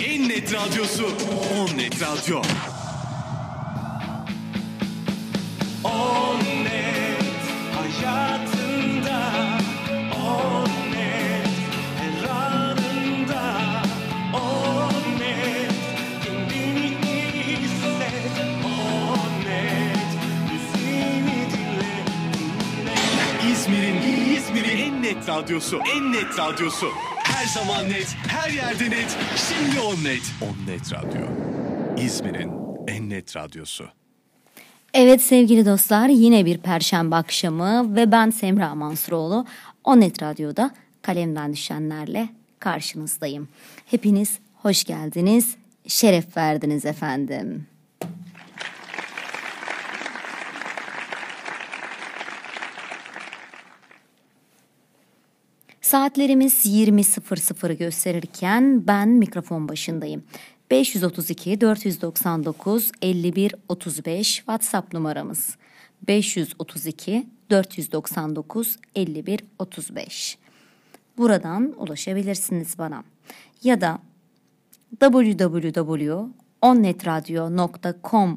En net radyosu On Net Radyo. On Net hayatında, On Net her anında, On Net kendini hisset, On Net müziğini dinle. İzmir'in en net radyosu, En Net Radyosu. Her zaman net, her yerde net, şimdi On Net. On Net Radyo, İzmir'in en net radyosu. Evet sevgili dostlar, yine bir perşembe akşamı ve ben Semra Mansuroğlu. On Net Radyo'da kalemden düşenlerle karşınızdayım. Hepiniz hoş geldiniz, şeref verdiniz efendim. Saatlerimiz 20.00 gösterirken ben mikrofon başındayım. 532 499 51 35 WhatsApp numaramız. 532 499 51 35. Buradan ulaşabilirsiniz bana. Ya da www.onnetradio.com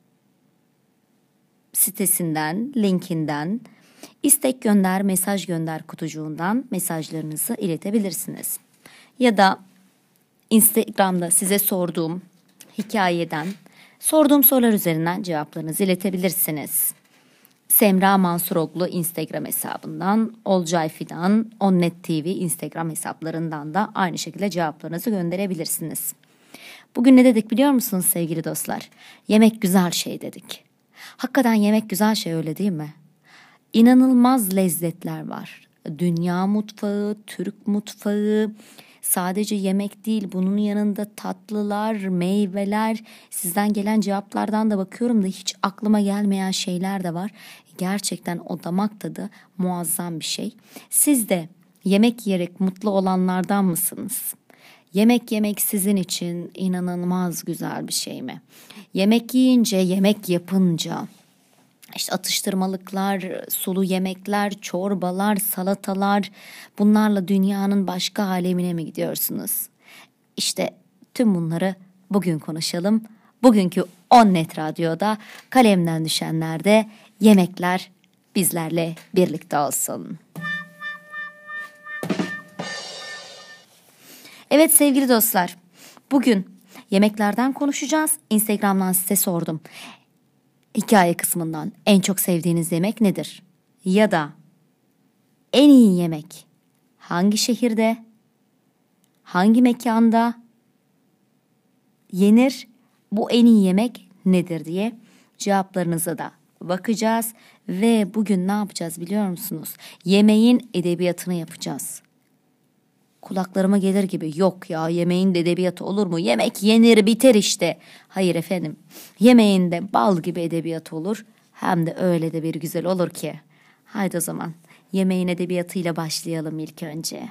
sitesinden, linkinden İstek gönder, mesaj gönder kutucuğundan mesajlarınızı iletebilirsiniz. Ya da Instagram'da size sorduğum hikayeden, sorduğum sorular üzerinden cevaplarınızı iletebilirsiniz. Semra Mansuroğlu Instagram hesabından, Olcay Fidan, Onnet TV Instagram hesaplarından da aynı şekilde cevaplarınızı gönderebilirsiniz. Bugün ne dedik biliyor musunuz sevgili dostlar? Yemek güzel şey dedik. Hakikaten yemek güzel şey, öyle değil mi? İnanılmaz lezzetler var. Dünya mutfağı, Türk mutfağı, sadece yemek değil, bunun yanında tatlılar, meyveler, sizden gelen cevaplardan da bakıyorum da hiç aklıma gelmeyen şeyler de var. Gerçekten o damak tadı muazzam bir şey. Siz de yemek yiyerek mutlu olanlardan mısınız? Yemek yemek sizin için inanılmaz güzel bir şey mi? Yemek yiyince, yemek yapınca, İşte atıştırmalıklar, sulu yemekler, çorbalar, salatalar, bunlarla dünyanın başka alemine mi gidiyorsunuz? İşte tüm bunları bugün konuşalım. Bugünkü On Net Radyo'da kalemden düşenlerde yemekler bizlerle birlikte olsun. Evet sevgili dostlar, bugün yemeklerden konuşacağız. Instagram'dan size sordum. Hikaye kısmından en çok sevdiğiniz yemek nedir? Ya da en iyi yemek hangi şehirde, hangi mekanda yenir? Bu en iyi yemek nedir diye cevaplarınıza da bakacağız. Ve bugün ne yapacağız biliyor musunuz? Yemeğin edebiyatını yapacağız. Kulaklarıma gelir gibi, yok ya yemeğin de edebiyatı olur mu? Yemek yenir biter işte. Hayır efendim, yemeğin de bal gibi edebiyatı olur. Hem de öyle de bir güzel olur ki. Haydi o zaman yemeğin edebiyatıyla başlayalım ilk önce.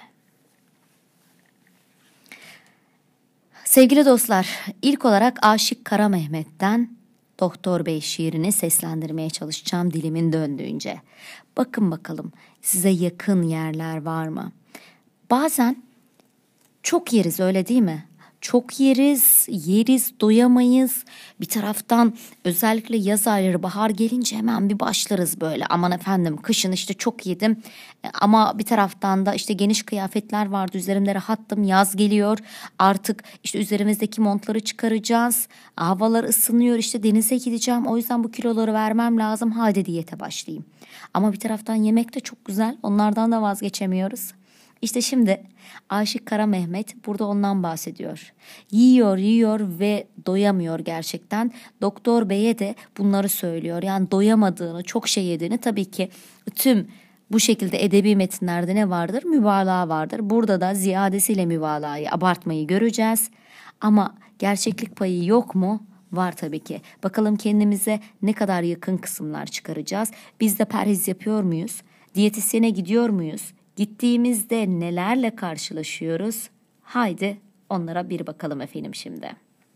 Sevgili dostlar, ilk olarak Aşık Kara Mehmet'ten Doktor Bey şiirini seslendirmeye çalışacağım dilimin döndüğünce. Bakın bakalım size yakın yerler var mı? Bazen çok yeriz, öyle değil mi? Çok yeriz, doyamayız. Bir taraftan özellikle yaz ayları, bahar gelince hemen bir başlarız böyle. Aman efendim kışın işte çok yedim. Ama bir taraftan da işte geniş kıyafetler vardı, üzerimde rahattım. Yaz geliyor, artık işte üzerimizdeki montları çıkaracağız. Havalar ısınıyor, işte denize gideceğim. O yüzden bu kiloları vermem lazım. Hadi diyete başlayayım. Ama bir taraftan yemek de çok güzel. Onlardan da vazgeçemiyoruz. İşte şimdi Aşık Kara Mehmet burada ondan bahsediyor. Yiyor ve doyamıyor gerçekten. Doktor Bey'e de bunları söylüyor. Yani doyamadığını, çok şey yediğini. Tabii ki tüm bu şekilde edebi metinlerde ne vardır? Mübalağa vardır. Burada da ziyadesiyle mübalağayı, abartmayı göreceğiz. Ama gerçeklik payı yok mu? Var tabii ki. Bakalım kendimize ne kadar yakın kısımlar çıkaracağız. Biz de perhiz yapıyor muyuz? Diyetisyene gidiyor muyuz? Gittiğimizde nelerle karşılaşıyoruz? Haydi onlara bir bakalım efendim şimdi.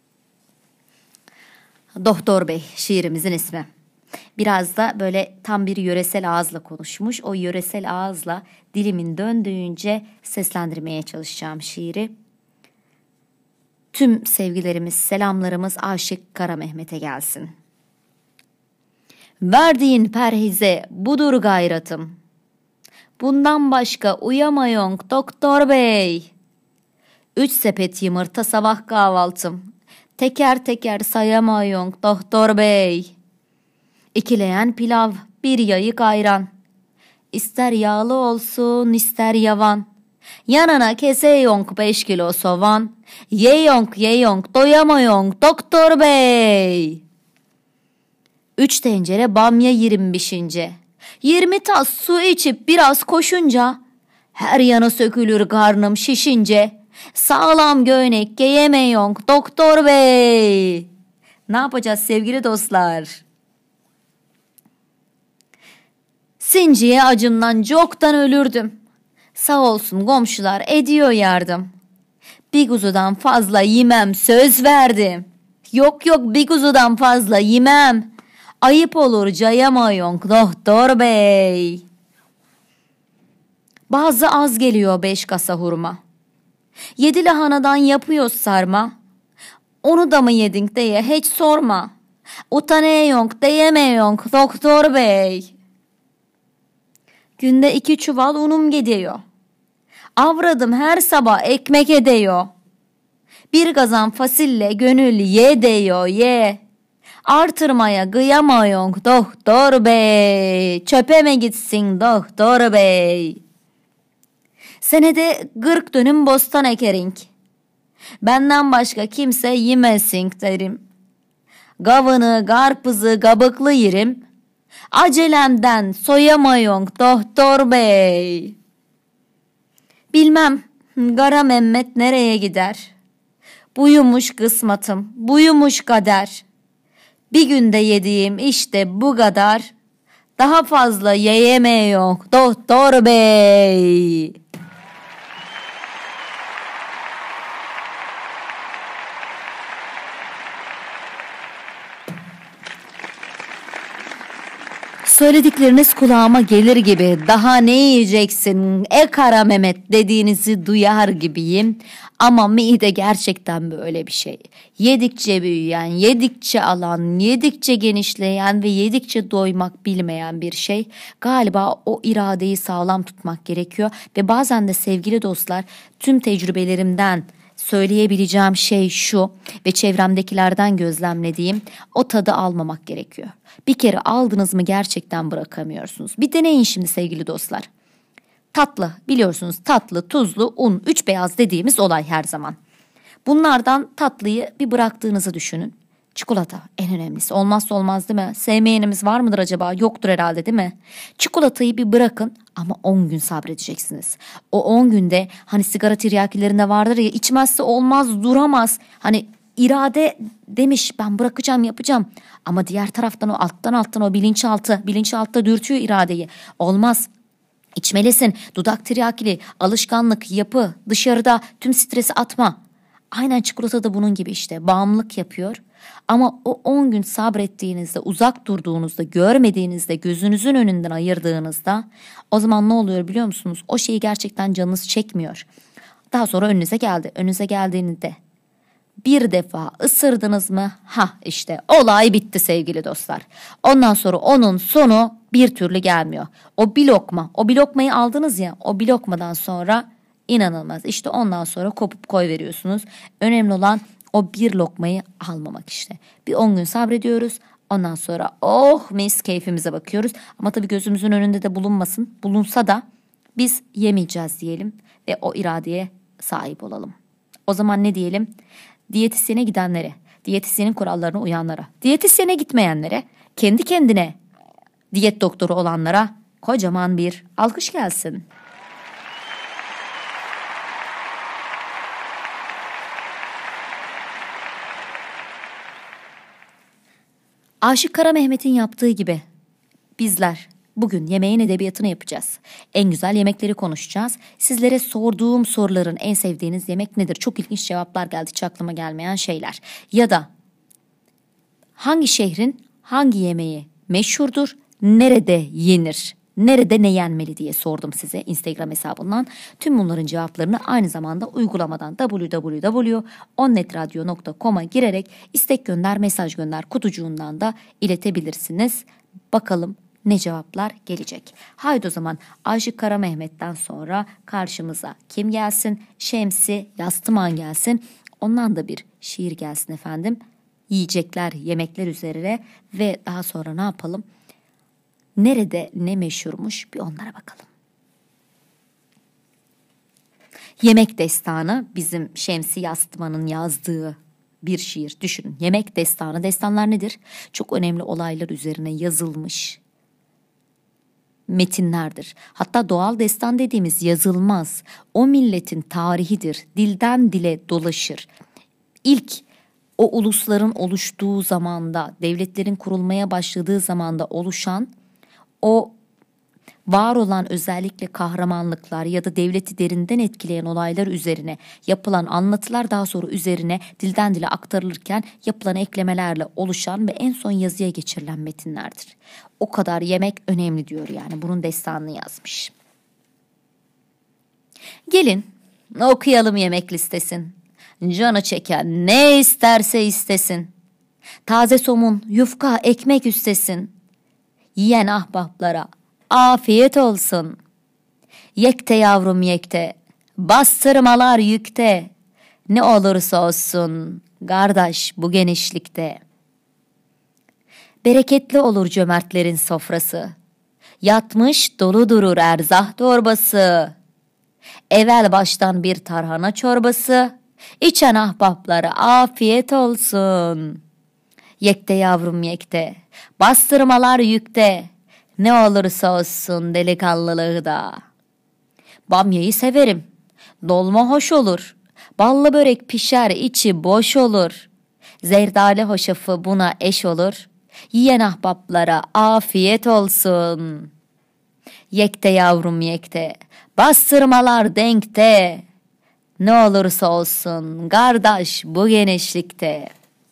Doktor Bey şiirimizin ismi. Biraz da böyle tam bir yöresel ağızla konuşmuş. O yöresel ağızla dilimin döndüğünce seslendirmeye çalışacağım şiiri. Tüm sevgilerimiz, selamlarımız Aşık Kara Mehmet'e gelsin. Verdiğin perhize budur gayratım. Bundan başka uyamayon doktor bey. 3 sepet yumurta sabah kahvaltım. Teker teker sayamayon doktor bey. 2 leğen pilav, 1 yayık ayran. İster yağlı olsun ister yavan. Yanına keseyonk 5 kilo soğan. Yeyonk doyamayonk doktor bey. 3 tencere bamya 25'ince. 20 tas su içip biraz koşunca. Her yanı sökülür karnım şişince. Sağlam göğnek giyemeyonk doktor bey. Ne yapacağız sevgili dostlar? Sinciye acımdan çoktan ölürdüm. Sağ olsun komşular ediyor yardım. Bir kuzudan fazla yemem söz verdim. Yok bir kuzudan fazla yemem. Ayıp olur cayamayonk doktor bey. Bazı az geliyor 5 kasa hurma. 7 lahanadan yapıyoruz sarma. Onu da mı yedin diye hiç sorma. Utanıyonk diyemeyonk doktor bey. Günde 2 çuval unum gidiyor. Avradım her sabah ekmek ediyor. Bir kazan fasille gönül ye diyor ye. Artırmaya kıyamayonk doktor bey. Çöpe mi gitsin doktor bey. Senede 40 dönüm bostan ekerink. Benden başka kimse yemesin derim. Gavını, karpuzu, kabuklu yerim. Acelemden soyamayonk doktor bey. Bilmem Kara Mehmet nereye gider? Buymuş kısmatım, buymuş kader. Bir günde yediğim işte bu kadar. Daha fazla yiyemeyonk doktor bey. Söyledikleriniz kulağıma gelir gibi, daha ne yiyeceksin Kara Mehmet dediğinizi duyar gibiyim. Ama mide gerçekten böyle bir şey. Yedikçe büyüyen, yedikçe alan, yedikçe genişleyen ve yedikçe doymak bilmeyen bir şey. Galiba o iradeyi sağlam tutmak gerekiyor. Ve bazen de sevgili dostlar, tüm tecrübelerimden söyleyebileceğim şey şu ve çevremdekilerden gözlemlediğim, o tadı almamak gerekiyor. Bir kere aldınız mı gerçekten bırakamıyorsunuz. Bir deneyin şimdi sevgili dostlar. Tatlı, biliyorsunuz tatlı, tuzlu, un, 3 beyaz dediğimiz olay her zaman. Bunlardan tatlıyı bir bıraktığınızı düşünün. Çikolata en önemlisi, olmazsa olmaz değil mi? Sevmeyenimiz var mıdır acaba? Yoktur herhalde değil mi? Çikolatayı bir bırakın ama 10 gün sabredeceksiniz. O 10 günde hani sigara tiryakilerinde vardır ya, içmezse olmaz, duramaz. Hani irade demiş ben bırakacağım, yapacağım. Ama diğer taraftan o alttan o bilinçaltı da dürtüyor iradeyi. Olmaz. İçmelisin. Dudak tiryakili, alışkanlık, yapı, dışarıda tüm stresi atma. Aynen çikolata da bunun gibi işte, bağımlılık yapıyor. Ama o 10 gün sabrettiğinizde, uzak durduğunuzda, görmediğinizde, gözünüzün önünden ayırdığınızda, o zaman ne oluyor biliyor musunuz? O şeyi gerçekten canınız çekmiyor. Daha sonra önünüze geldi. Önünüze geldiğinde bir defa ısırdınız mı? İşte olay bitti sevgili dostlar. Ondan sonra onun sonu bir türlü gelmiyor. O bir lokmayı aldınız ya, o bir lokmadan sonra inanılmaz. İşte ondan sonra kopup koyveriyorsunuz. Önemli olan o bir lokmayı almamak işte. Bir 10 gün sabrediyoruz. Ondan sonra mis keyfimize bakıyoruz. Ama tabii gözümüzün önünde de bulunmasın. Bulunsa da biz yemeyeceğiz diyelim ve o iradeye sahip olalım. O zaman ne diyelim? Diyetisyene gidenlere, diyetisyenin kurallarına uyanlara, diyetisyene gitmeyenlere, kendi kendine diyet doktoru olanlara kocaman bir alkış gelsin. Aşık Kara Mehmet'in yaptığı gibi bizler bugün yemeğin edebiyatını yapacağız. En güzel yemekleri konuşacağız. Sizlere sorduğum soruların en sevdiğiniz yemek nedir? Çok ilginç cevaplar geldi, hiç aklıma gelmeyen şeyler. Ya da hangi şehrin hangi yemeği meşhurdur, nerede yenir nerede ne yenmeli diye sordum size Instagram hesabından. Tüm bunların cevaplarını aynı zamanda uygulamadan www.onnetradio.com'a girerek istek gönder, mesaj gönder kutucuğundan da iletebilirsiniz. Bakalım ne cevaplar gelecek. Haydi o zaman Aşık Kara Mehmet'ten sonra karşımıza kim gelsin? Şemsi Yastıman gelsin. Ondan da bir şiir gelsin efendim. Yiyecekler, yemekler üzerine ve daha sonra ne yapalım? Nerede ne meşhurmuş bir onlara bakalım. Yemek Destanı bizim Şemsi Yastıman'ın yazdığı bir şiir. Düşünün, yemek destanı. Destanlar nedir? Çok önemli olaylar üzerine yazılmış metinlerdir. Hatta doğal destan dediğimiz yazılmaz. O milletin tarihidir. Dilden dile dolaşır. İlk o ulusların oluştuğu zamanda, devletlerin kurulmaya başladığı zamanda oluşan o var olan özellikle kahramanlıklar ya da devleti derinden etkileyen olaylar üzerine yapılan anlatılar daha sonra üzerine dilden dile aktarılırken yapılan eklemelerle oluşan ve en son yazıya geçirilen metinlerdir. O kadar yemek önemli diyor yani bunun destanını yazmış. Gelin okuyalım yemek listesin. Canı çeken ne isterse istesin. Taze somun, yufka, ekmek üstesin. Yiyen ahbaplara afiyet olsun. Yekte yavrum yekte, bastırmalar yükte. Ne olursa olsun, kardeş bu genişlikte. Bereketli olur cömertlerin sofrası. Yatmış dolu durur erzah torbası. Evvel baştan bir tarhana çorbası. İçen ahbaplara afiyet olsun. Yekte yavrum yekte, bastırmalar yükte. Ne olursa olsun delikanlılığı da. Bamyayı severim. Dolma hoş olur. Ballı börek pişer içi boş olur. Zerdali hoşafı buna eş olur. Yiyen ahbaplara afiyet olsun. Yekte yavrum yekte. Bastırmalar denkte. Ne olursa olsun kardeş bu genişlikte.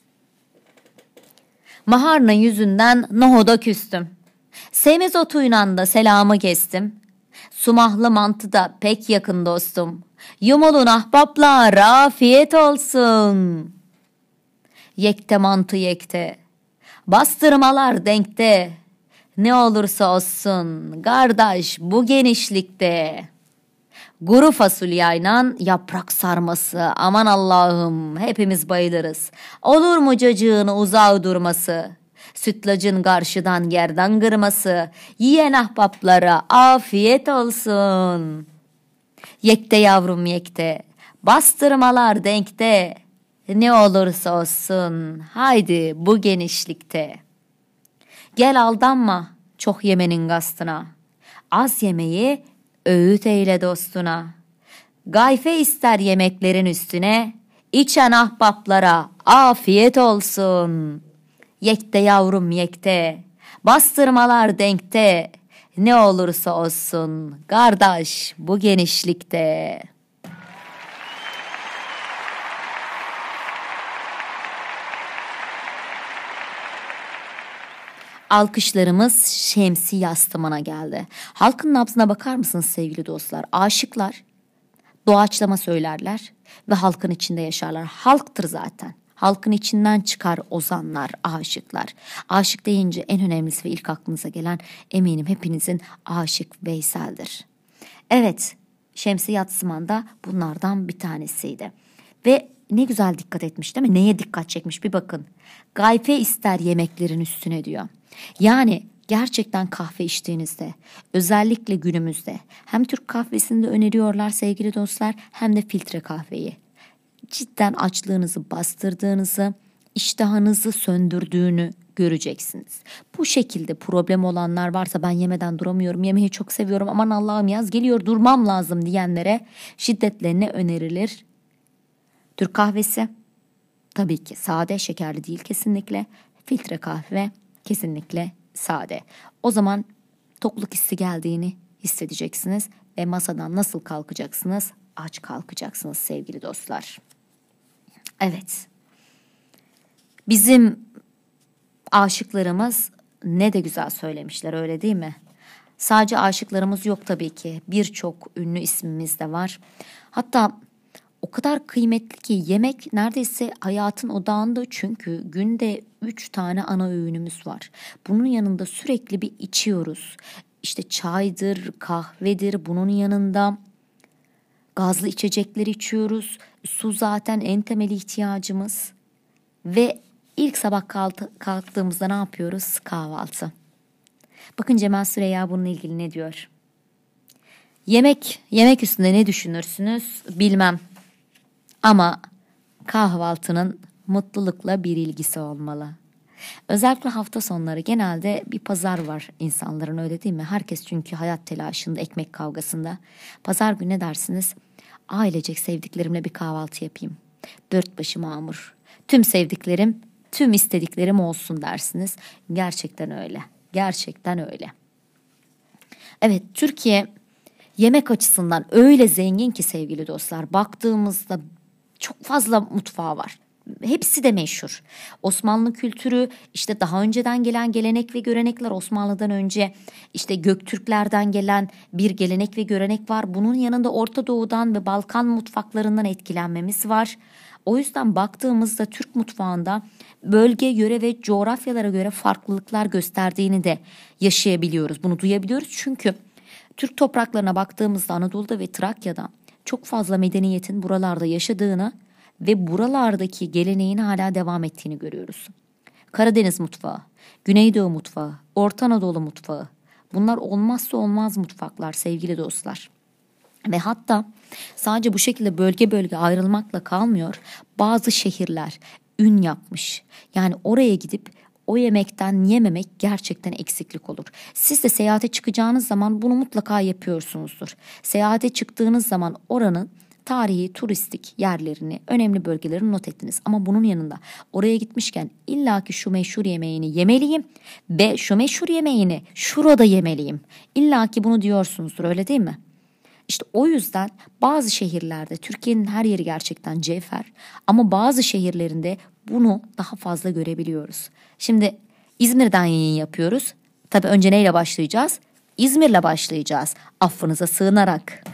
Maharna yüzünden nohuda küstüm. Semiz otuyla da selamı kestim. Sumahlı mantıda pek yakın dostum. Yumulun ahbaplar afiyet olsun. Yekte mantı yekte. Bastırmalar denkte. Ne olursa olsun kardeş bu genişlikte. Kuru fasulyayla yaprak sarması. Aman Allah'ım hepimiz bayılırız. Olur mu cacığın uzağı durması? Sütlacın karşıdan gerdan kırması. Yiyen ahbaplara afiyet olsun. Yekte yavrum yekte. Bastırmalar denkte. Ne olursa olsun. Haydi bu genişlikte. Gel aldanma çok yemenin gastına. Az yemeği öğüt eyle dostuna. Gayfe ister yemeklerin üstüne. İçen ahbaplara afiyet olsun. Yekte yavrum yekte. Bastırmalar denkte. Ne olursa olsun. Kardeş bu genişlikte. Alkışlarımız Şemsi Yastıman'a geldi. Halkın nabzına bakar mısınız sevgili dostlar? Aşıklar doğaçlama söylerler ve halkın içinde yaşarlar. Halktır zaten. Halkın içinden çıkar ozanlar, aşıklar. Aşık deyince en önemlisi ve ilk aklınıza gelen eminim hepinizin Aşık Veysel'dir. Evet, Şemsi Yastıman da bunlardan bir tanesiydi. Ve ne güzel dikkat etmiş değil mi? Neye dikkat çekmiş bir bakın. Gayfe ister yemeklerin üstüne diyor. Yani gerçekten kahve içtiğinizde özellikle günümüzde hem Türk kahvesini de öneriyorlar sevgili dostlar hem de filtre kahveyi. Cidden açlığınızı bastırdığınızı, iştahınızı söndürdüğünü göreceksiniz. Bu şekilde problem olanlar varsa ben yemeden duramıyorum, yemeği çok seviyorum aman Allah'ım yaz geliyor durmam lazım diyenlere şiddetle ne önerilir? Türk kahvesi tabii ki sade, şekerli değil kesinlikle. Filtre kahve kesinlikle sade. O zaman tokluk hissi geldiğini hissedeceksiniz ve masadan nasıl kalkacaksınız? Aç kalkacaksınız sevgili dostlar. Evet. Bizim aşıklarımız ne de güzel söylemişler öyle değil mi? Sadece aşıklarımız yok tabii ki. Birçok ünlü ismimiz de var. Hatta o kadar kıymetli ki yemek neredeyse hayatın odağında, çünkü günde 3 tane ana öğünümüz var. Bunun yanında sürekli bir içiyoruz. İşte çaydır, kahvedir, bunun yanında gazlı içecekler içiyoruz. Su zaten en temel ihtiyacımız. Ve ilk sabah kalktığımızda ne yapıyoruz? Kahvaltı. Bakın Cemal Süreyya bununla ilgili ne diyor? Yemek üstünde ne düşünürsünüz bilmem. Ama kahvaltının mutlulukla bir ilgisi olmalı. Özellikle hafta sonları genelde bir pazar var insanların, öyle değil mi? Herkes çünkü hayat telaşında, ekmek kavgasında. Pazar günü ne dersiniz? Ailecek sevdiklerimle bir kahvaltı yapayım. Dört başı mamur. Tüm sevdiklerim, tüm istediklerim olsun dersiniz. Gerçekten öyle. Gerçekten öyle. Evet, Türkiye yemek açısından öyle zengin ki sevgili dostlar. Baktığımızda çok fazla mutfağı var. Hepsi de meşhur. Osmanlı kültürü, işte daha önceden gelen gelenek ve görenekler, Osmanlı'dan önce işte Göktürklerden gelen bir gelenek ve görenek var. Bunun yanında Orta Doğu'dan ve Balkan mutfaklarından etkilenmemiz var. O yüzden baktığımızda Türk mutfağında bölge, yöre ve coğrafyalara göre farklılıklar gösterdiğini de yaşayabiliyoruz. Bunu duyabiliyoruz çünkü Türk topraklarına baktığımızda Anadolu'da ve Trakya'da çok fazla medeniyetin buralarda yaşadığını ve buralardaki geleneğin hala devam ettiğini görüyoruz. Karadeniz mutfağı, Güneydoğu mutfağı, Orta Anadolu mutfağı, bunlar olmazsa olmaz mutfaklar sevgili dostlar. Ve hatta sadece bu şekilde bölge bölge ayrılmakla kalmıyor. Bazı şehirler ün yapmış. Yani oraya gidip o yemekten yememek gerçekten eksiklik olur. Siz de seyahate çıkacağınız zaman bunu mutlaka yapıyorsunuzdur. Seyahate çıktığınız zaman oranın tarihi, turistik yerlerini, önemli bölgelerini not ettiniz. Ama bunun yanında oraya gitmişken illaki şu meşhur yemeğini yemeliyim ve şu meşhur yemeğini şurada yemeliyim. İllaki bunu diyorsunuzdur, öyle değil mi? İşte o yüzden bazı şehirlerde, Türkiye'nin her yeri gerçekten cevher, ama bazı şehirlerinde bunu daha fazla görebiliyoruz. Şimdi İzmir'den yayın yapıyoruz. Tabii önce neyle başlayacağız? İzmir'le başlayacağız. Affınıza sığınarak.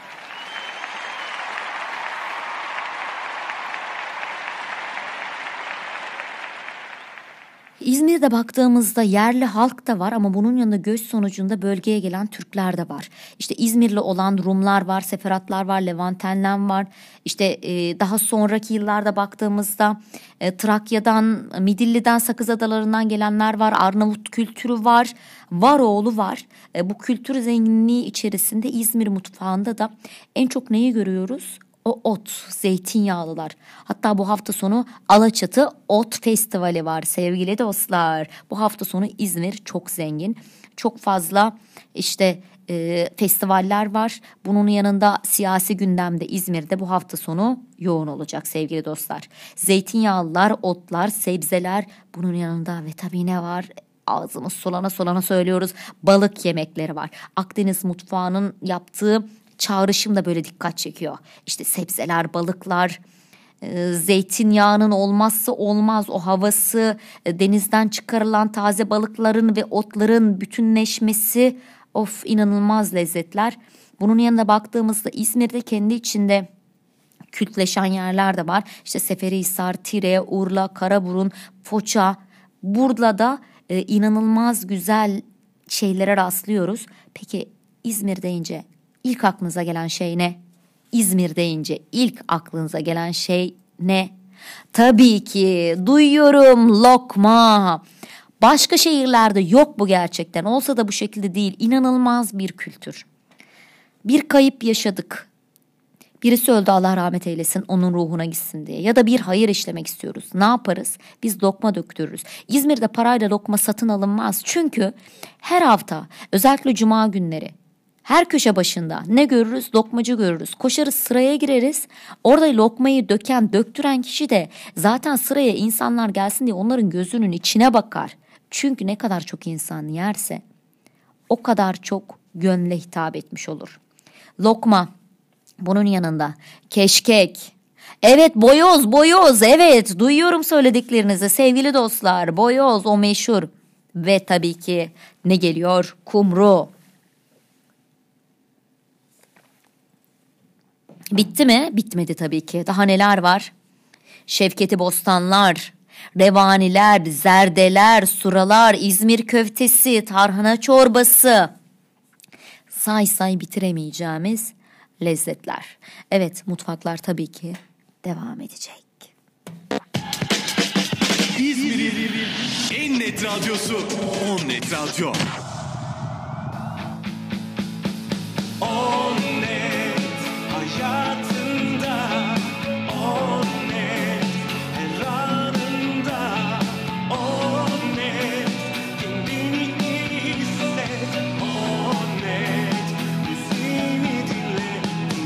İzmir'de baktığımızda yerli halk da var ama bunun yanında göç sonucunda bölgeye gelen Türkler de var. İşte İzmirli olan Rumlar var, Seferatlar var, Levantenler var. İşte daha sonraki yıllarda baktığımızda Trakya'dan, Midilli'den, Sakız Adaları'ndan gelenler var. Arnavut kültürü var, Varoğlu var. Bu kültür zenginliği içerisinde İzmir mutfağında da en çok neyi görüyoruz? O ot, zeytinyağlılar. Hatta bu hafta sonu Alaçatı Ot Festivali var sevgili dostlar. Bu hafta sonu İzmir çok zengin. Çok fazla işte festivaller var. Bunun yanında siyasi gündemde İzmir'de bu hafta sonu yoğun olacak sevgili dostlar. Zeytinyağlılar, otlar, sebzeler, bunun yanında ve tabii ne var? Ağzımız solana solana söylüyoruz. Balık yemekleri var. Akdeniz mutfağının yaptığı çağrışım da böyle dikkat çekiyor. İşte sebzeler, balıklar, zeytinyağının olmazsa olmaz o havası, denizden çıkarılan taze balıkların ve otların bütünleşmesi, of inanılmaz lezzetler. Bunun yanına baktığımızda İzmir'de kendi içinde kültleşen yerler de var. İşte Seferihisar, Tire, Urla, Karaburun, Foça. Burada da inanılmaz güzel şeylere rastlıyoruz. Peki İzmir deyince İlk aklınıza gelen şey ne? İzmir deyince ilk aklınıza gelen şey ne? Tabii ki duyuyorum, lokma. Başka şehirlerde yok bu gerçekten. Olsa da bu şekilde değil. İnanılmaz bir kültür. Bir kayıp yaşadık. Birisi öldü, Allah rahmet eylesin, onun ruhuna gitsin diye. Ya da bir hayır işlemek istiyoruz. Ne yaparız? Biz lokma döktürürüz. İzmir'de parayla lokma satın alınmaz. Çünkü her hafta, özellikle cuma günleri, her köşe başında ne görürüz? Lokmacı görürüz. Koşarız, sıraya gireriz. Orada lokmayı döktüren kişi de zaten sıraya insanlar gelsin diye onların gözünün içine bakar. Çünkü ne kadar çok insan yerse o kadar çok gönle hitap etmiş olur. Lokma, bunun yanında keşkek. Evet, boyoz, evet, duyuyorum söylediklerinizi sevgili dostlar. Boyoz, o meşhur. Ve tabii ki ne geliyor? Kumru. Bitti mi? Bitmedi tabii ki. Daha neler var? Şevketi bostanlar, revaniler, zerdeler, suralar, İzmir köftesi, tarhana çorbası. Say say bitiremeyeceğimiz lezzetler. Evet, mutfaklar tabii ki devam edecek. İzmir'in en net radyosu On Net Radyo. On Net hayatında, On Net her anında, On Net kendini hisset, On Net müziğini dinle,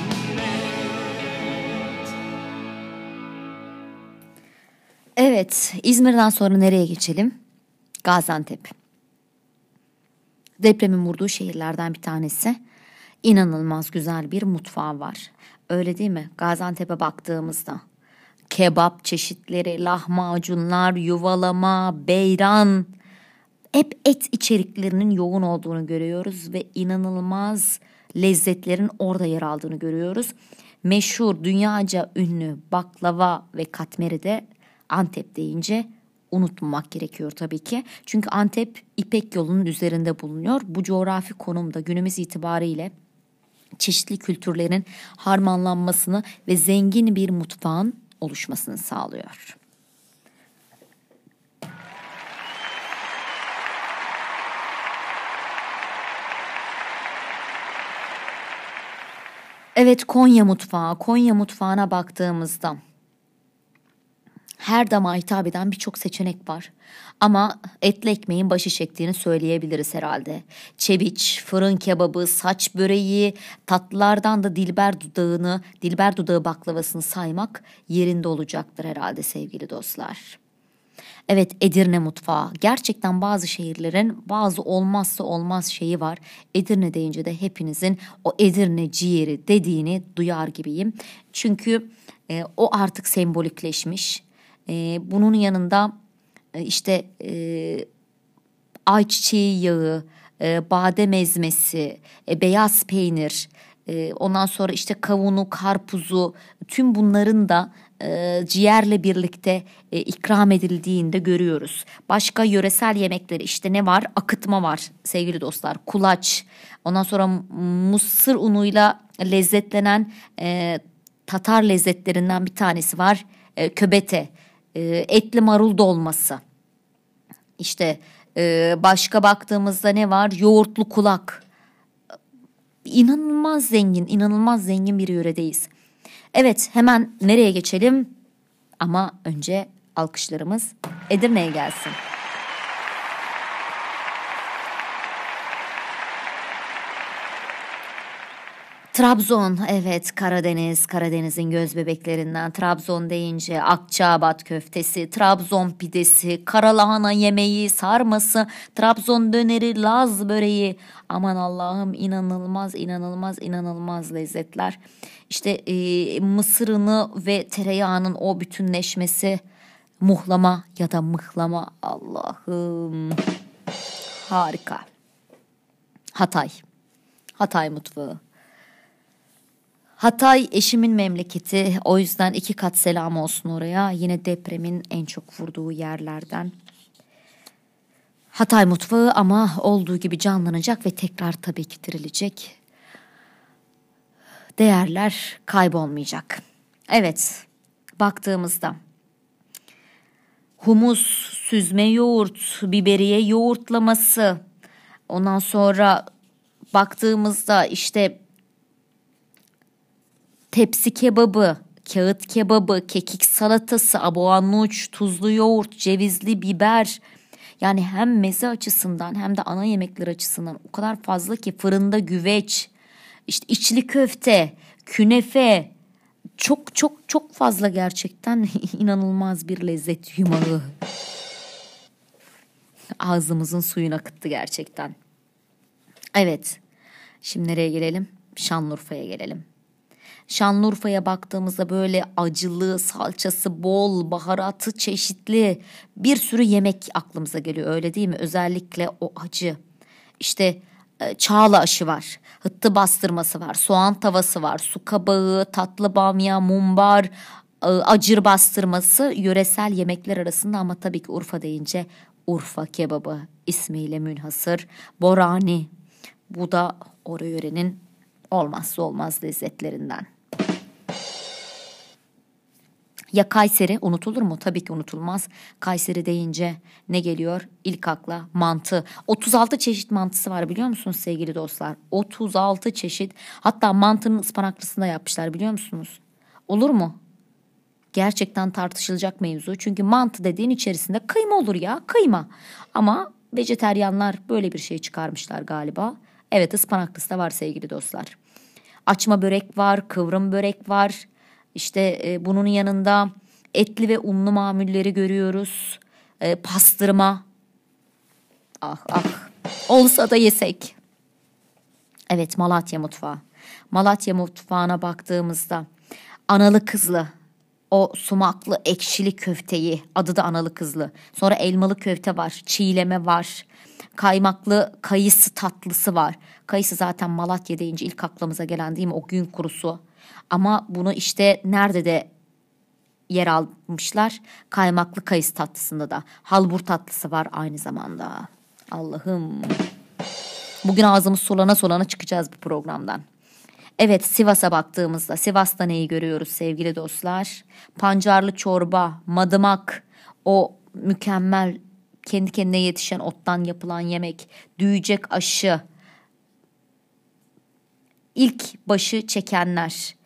Evet, İzmir'den sonra nereye geçelim? Gaziantep. Depremin vurduğu şehirlerden bir tanesi. İnanılmaz güzel bir mutfağı var. Öyle değil mi? Gaziantep'e baktığımızda kebap çeşitleri, lahmacunlar, yuvalama, beyran, hep et içeriklerinin yoğun olduğunu görüyoruz ve inanılmaz lezzetlerin orada yer aldığını görüyoruz. Meşhur, dünyaca ünlü baklava ve katmeri de Antep deyince unutmamak gerekiyor tabii ki. Çünkü Antep İpek yolunun üzerinde bulunuyor. Bu coğrafi konumda günümüz itibariyle çeşitli kültürlerin harmanlanmasını ve zengin bir mutfağın oluşmasını sağlıyor. Evet, Konya mutfağı. Konya mutfağına baktığımızda her damağa hitap eden birçok seçenek var. Ama etli ekmeğin başı çektiğini söyleyebiliriz herhalde. Çeviç, fırın kebabı, saç böreği, tatlılardan da dilber dudağı baklavasını saymak yerinde olacaktır herhalde sevgili dostlar. Evet, Edirne mutfağı. Gerçekten bazı şehirlerin bazı olmazsa olmaz şeyi var. Edirne deyince de hepinizin o Edirne ciğeri dediğini duyar gibiyim. Çünkü o artık sembolikleşmiş. Bunun yanında işte ayçiçeği yağı, badem ezmesi, beyaz peynir, ondan sonra işte kavunu, karpuzu, tüm bunların da ciğerle birlikte ikram edildiğini de görüyoruz. Başka yöresel yemekleri işte ne var? Akıtma var sevgili dostlar, kulaç, ondan sonra mısır unuyla lezzetlenen Tatar lezzetlerinden bir tanesi var, köbete, etli marul dolması. İşte başka baktığımızda ne var? Yoğurtlu kulak. İnanılmaz zengin bir yöredeyiz. Evet, hemen nereye geçelim? Ama önce alkışlarımız Edirne'ye gelsin. Trabzon, evet, Karadeniz'in göz bebeklerinden. Trabzon deyince Akçaabat köftesi, Trabzon pidesi, karalahana yemeği, sarması, Trabzon döneri, Laz böreği. Aman Allah'ım, inanılmaz lezzetler. İşte mısırını ve tereyağının o bütünleşmesi, muhlama ya da mıhlama, Allah'ım harika. Hatay mutfağı. Hatay eşimin memleketi, o yüzden 2 kat selam olsun oraya. Yine depremin en çok vurduğu yerlerden. Hatay mutfağı ama olduğu gibi canlanacak ve tekrar tabii ki dirilecek. Değerler kaybolmayacak. Evet, baktığımızda humus, süzme yoğurt, biberiye yoğurtlaması. Ondan sonra baktığımızda işte tepsi kebabı, kağıt kebabı, kekik salatası, abuanuç, tuzlu yoğurt, cevizli biber. Yani hem meze açısından hem de ana yemekler açısından o kadar fazla ki, fırında güveç, işte içli köfte, künefe, çok fazla, gerçekten inanılmaz bir lezzet yumağı. Ağzımızın suyunu akıttı gerçekten. Evet, şimdi nereye gelelim? Şanlıurfa'ya gelelim. Şanlıurfa'ya baktığımızda böyle acılı, salçası bol, baharatı çeşitli bir sürü yemek aklımıza geliyor, öyle değil mi? Özellikle o acı. İşte çağla aşı var. Hıttı bastırması var. Soğan tavası var. Su kabağı, tatlı bamya, mumbar, acır bastırması yöresel yemekler arasında ama tabii ki Urfa deyince Urfa kebabı ismiyle münhasır. Borani. Bu da o yörenin olmazsa olmaz lezzetlerinden. Ya Kayseri unutulur mu? Tabii ki unutulmaz. Kayseri deyince ne geliyor? İlk akla mantı. 36 çeşit mantısı var biliyor musunuz sevgili dostlar? 36 çeşit. Hatta mantının ıspanaklısını da yapmışlar biliyor musunuz? Olur mu? Gerçekten tartışılacak mevzu. Çünkü mantı dediğin içerisinde kıyma olur ya, kıyma. Ama vejeteryanlar böyle bir şey çıkarmışlar galiba. Evet, ıspanaklısı da var sevgili dostlar. Açma börek var, kıvrım börek var. İşte bunun yanında etli ve unlu mamulleri görüyoruz. Pastırma. Ah ah. Olsa da yesek. Evet, Malatya mutfağı. Malatya mutfağına baktığımızda analı kızlı, o sumaklı ekşili köfteyi, adı da analı kızlı. Sonra elmalı köfte var, çiğleme var. Kaymaklı kayısı tatlısı var. Kayısı zaten Malatya deyince ilk aklımıza gelen değil mi? O gün kurusu. Ama bunu işte nerede de yer almışlar? Kaymaklı kayısı tatlısında da. Halbur tatlısı var aynı zamanda. Allah'ım. Bugün ağzımız solana solana çıkacağız bu programdan. Evet, Sivas'a baktığımızda Sivas'ta neyi görüyoruz sevgili dostlar? Pancarlı çorba, madımak, o mükemmel kendi kendine yetişen ottan yapılan yemek, düğecek aşı, ilk başı çekenler,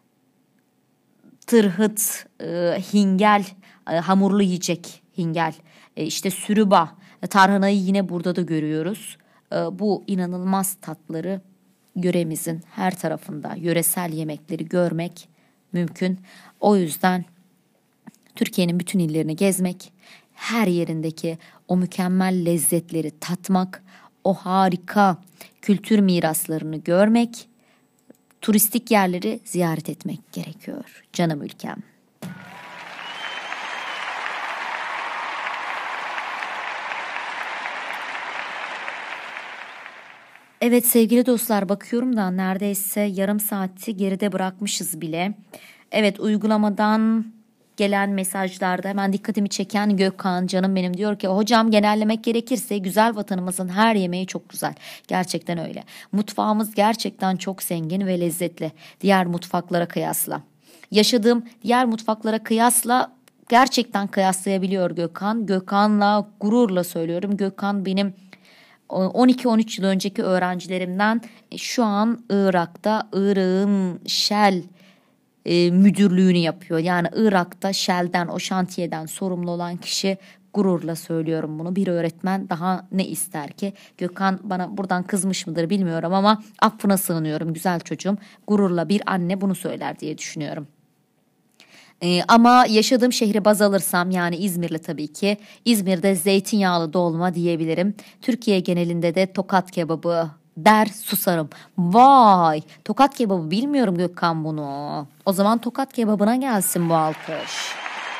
tırhıt, hingel, hamurlu yiyecek hingel, işte sürüba, tarhanayı yine burada da görüyoruz. Bu inanılmaz tatları yöremizin her tarafında yöresel yemekleri görmek mümkün. O yüzden Türkiye'nin bütün illerini gezmek, her yerindeki o mükemmel lezzetleri tatmak, o harika kültür miraslarını görmek, turistik yerleri ziyaret etmek gerekiyor canım ülkem. Evet sevgili dostlar, bakıyorum da neredeyse yarım saati geride bırakmışız bile. Evet, uygulamadan gelen mesajlarda hemen dikkatimi çeken Gökhan canım benim diyor ki hocam genellemek gerekirse güzel vatanımızın her yemeği çok güzel. Gerçekten öyle. Mutfağımız gerçekten çok zengin ve lezzetli diğer mutfaklara kıyasla. Yaşadığım diğer mutfaklara kıyasla gerçekten kıyaslayabiliyor Gökhan. Gökhan'la gururla söylüyorum. Gökhan benim 12-13 yıl önceki öğrencilerimden, şu an Irak'ta Irak'ın Shell müdürlüğünü yapıyor. Yani Irak'ta Shell'den, o şantiyeden sorumlu olan kişi, gururla söylüyorum bunu. Bir öğretmen daha ne ister ki? Gökhan bana buradan kızmış mıdır bilmiyorum ama affına sığınıyorum güzel çocuğum. Gururla bir anne bunu söyler diye düşünüyorum. Ama yaşadığım şehri baz alırsam, yani İzmir'le tabii ki, İzmir'de zeytinyağlı dolma diyebilirim. Türkiye genelinde de Tokat kebabı der susarım. Vay, Tokat kebabı bilmiyorum Gökhan bunu. O zaman Tokat kebabına gelsin bu alkış.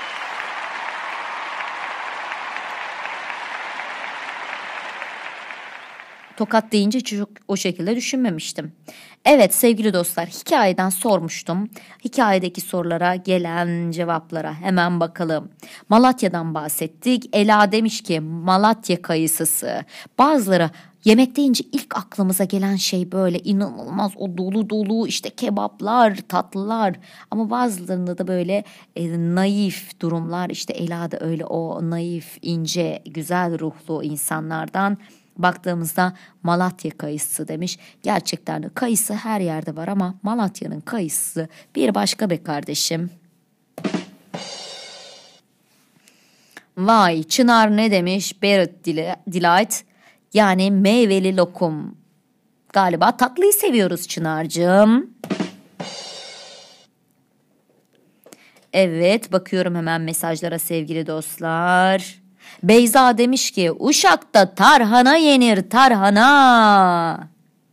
Tokat deyince çok o şekilde düşünmemiştim. Evet sevgili dostlar, hikayeden sormuştum. Hikayedeki sorulara gelen cevaplara hemen bakalım. Malatya'dan bahsettik. Ela demiş ki Malatya kayısısı. Bazıları yemek deyince ilk aklımıza gelen şey böyle inanılmaz o dolu dolu işte kebaplar, tatlılar. Ama bazılarında da böyle naif durumlar. İşte Ela da öyle o naif, ince, güzel ruhlu insanlardan. Baktığımızda Malatya kayısı demiş. Gerçekten de kayısı her yerde var ama Malatya'nın kayısı bir başka be kardeşim. Vay, Çınar ne demiş? Barrett Delight, yani meyveli lokum. Galiba tatlıyı seviyoruz Çınar'cığım. Evet, bakıyorum hemen mesajlara sevgili dostlar. Beyza demiş ki Uşak'ta tarhana yenir, tarhana.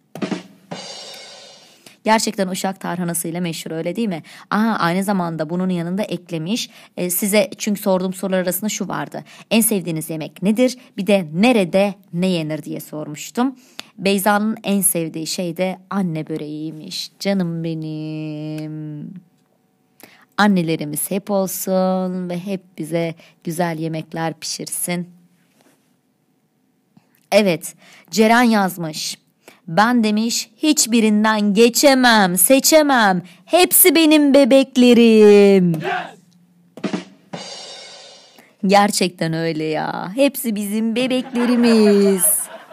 Gerçekten Uşak tarhanasıyla meşhur, öyle değil mi? Aynı zamanda bunun yanında eklemiş. Size çünkü sorduğum sorular arasında şu vardı. En sevdiğiniz yemek nedir? Bir de nerede ne yenir diye sormuştum. Beyza'nın en sevdiği şey de anne böreğiymiş. Canım benim. Annelerimiz hep olsun ve hep bize güzel yemekler pişirsin. Evet, Ceren yazmış. Ben demiş hiçbirinden geçemem, seçemem. Hepsi benim bebeklerim. Gerçekten öyle ya. Hepsi bizim bebeklerimiz.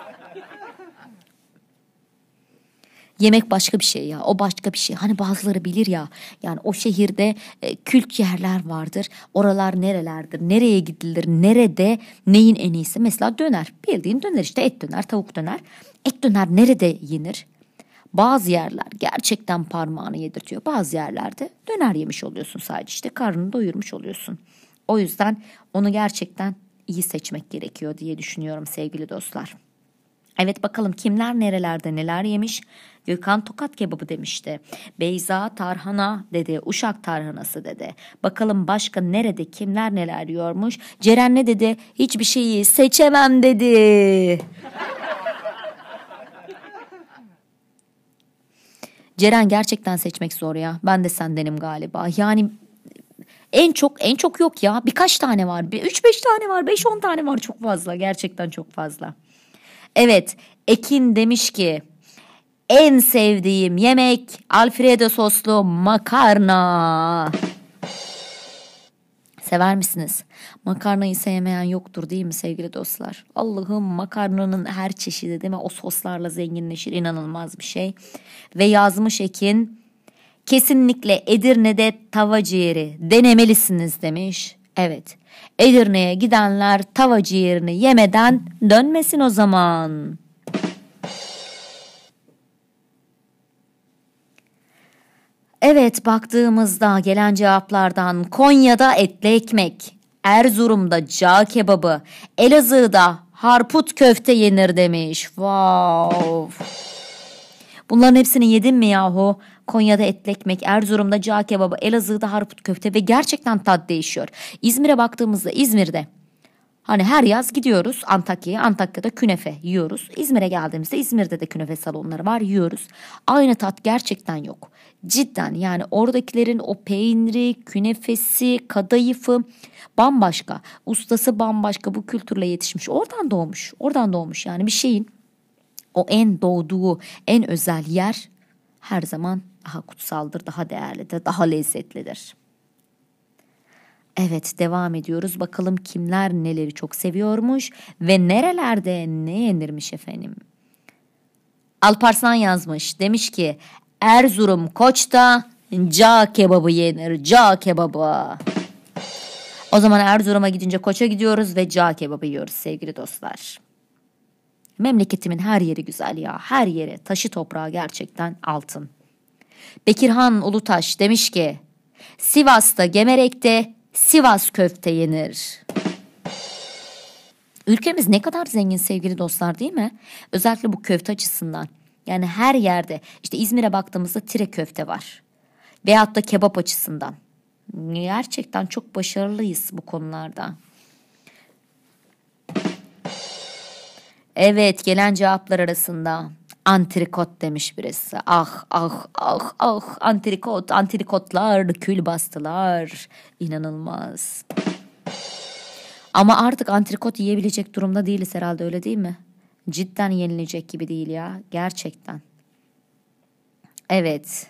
Yemek başka bir şey ya. O başka bir şey. Hani bazıları bilir ya. Yani o şehirde kült yerler vardır. Oralar nerelerdir? Nereye gidilir? Nerede neyin en iyisi? Mesela döner. Bildiğin döner işte, et döner, tavuk döner. Et döner nerede yenir? Bazı yerler gerçekten parmağını yedirtiyor. Bazı yerlerde döner yemiş oluyorsun sadece. İşte karnını doyurmuş oluyorsun. O yüzden onu gerçekten iyi seçmek gerekiyor diye düşünüyorum sevgili dostlar. Evet, bakalım kimler nerelerde neler yemiş. Gökhan Tokat kebabı demişti. Beyza tarhana dedi. Uşak tarhanası dedi. Bakalım başka nerede kimler neler yiyormuş. Ceren ne dedi? Hiçbir şeyi seçemem dedi. Ceren gerçekten seçmek zor ya. Ben de sendenim galiba. Yani en çok yok ya. Birkaç tane var. 3-5 tane var. 5-10 tane var. Çok fazla. Gerçekten çok fazla. Evet, Ekin demiş ki en sevdiğim yemek Alfredo soslu makarna. Sever misiniz? Makarnayı sevmeyen yoktur değil mi sevgili dostlar? Allah'ım, makarnanın her çeşidi değil mi? O soslarla zenginleşir, inanılmaz bir şey. Ve yazmış Ekin, kesinlikle Edirne'de tava ciğeri denemelisiniz demiş. Evet, Edirne'ye gidenler tava ciğerini yemeden dönmesin o zaman. Evet, baktığımızda gelen cevaplardan Konya'da etli ekmek, Erzurum'da cağ kebabı, Elazığ'da harput köfte yenir demiş. Wow. Bunların hepsini yedin mi yahu? Konya'da etli ekmek, Erzurum'da cağ kebabı, Elazığ'da harput köfte ve gerçekten tat değişiyor. İzmir'e baktığımızda İzmir'de hani her yaz gidiyoruz Antakya'ya, Antakya'da künefe yiyoruz. İzmir'e geldiğimizde İzmir'de de künefe salonları var, yiyoruz. Aynı tat gerçekten yok. Cidden yani oradakilerin o peyniri, künefesi, kadayıfı bambaşka. Ustası bambaşka, bu kültürle yetişmiş. Oradan doğmuş yani bir şeyin. O en doğduğu, en özel yer her zaman daha kutsaldır, daha değerlidir, daha lezzetlidir. Evet, devam ediyoruz. Bakalım kimler neleri çok seviyormuş ve nerelerde ne yenirmiş efendim. Alparslan yazmış. Demiş ki Erzurum Koç'ta cağ kebabı yenir. Cağ kebabı. O zaman Erzurum'a gidince Koç'a gidiyoruz ve cağ kebabı yiyoruz sevgili dostlar. Memleketimin her yeri güzel ya. Her yeri, taşı toprağı gerçekten altın. Bekirhan Ulutaş demiş ki Sivas'ta Gemerek'te Sivas köfte yenir. Ülkemiz ne kadar zengin sevgili dostlar değil mi? Özellikle bu köfte açısından. Yani her yerde işte İzmir'e baktığımızda tire köfte var. Veyahut da kebap açısından. Gerçekten çok başarılıyız bu konularda. Evet, gelen cevaplar arasında antrikot demiş birisi. Ah antrikotlar kül bastılar. İnanılmaz. Ama artık antrikot yiyebilecek durumda değiliz herhalde, öyle değil mi? Cidden yenilecek gibi değil ya, gerçekten. Evet.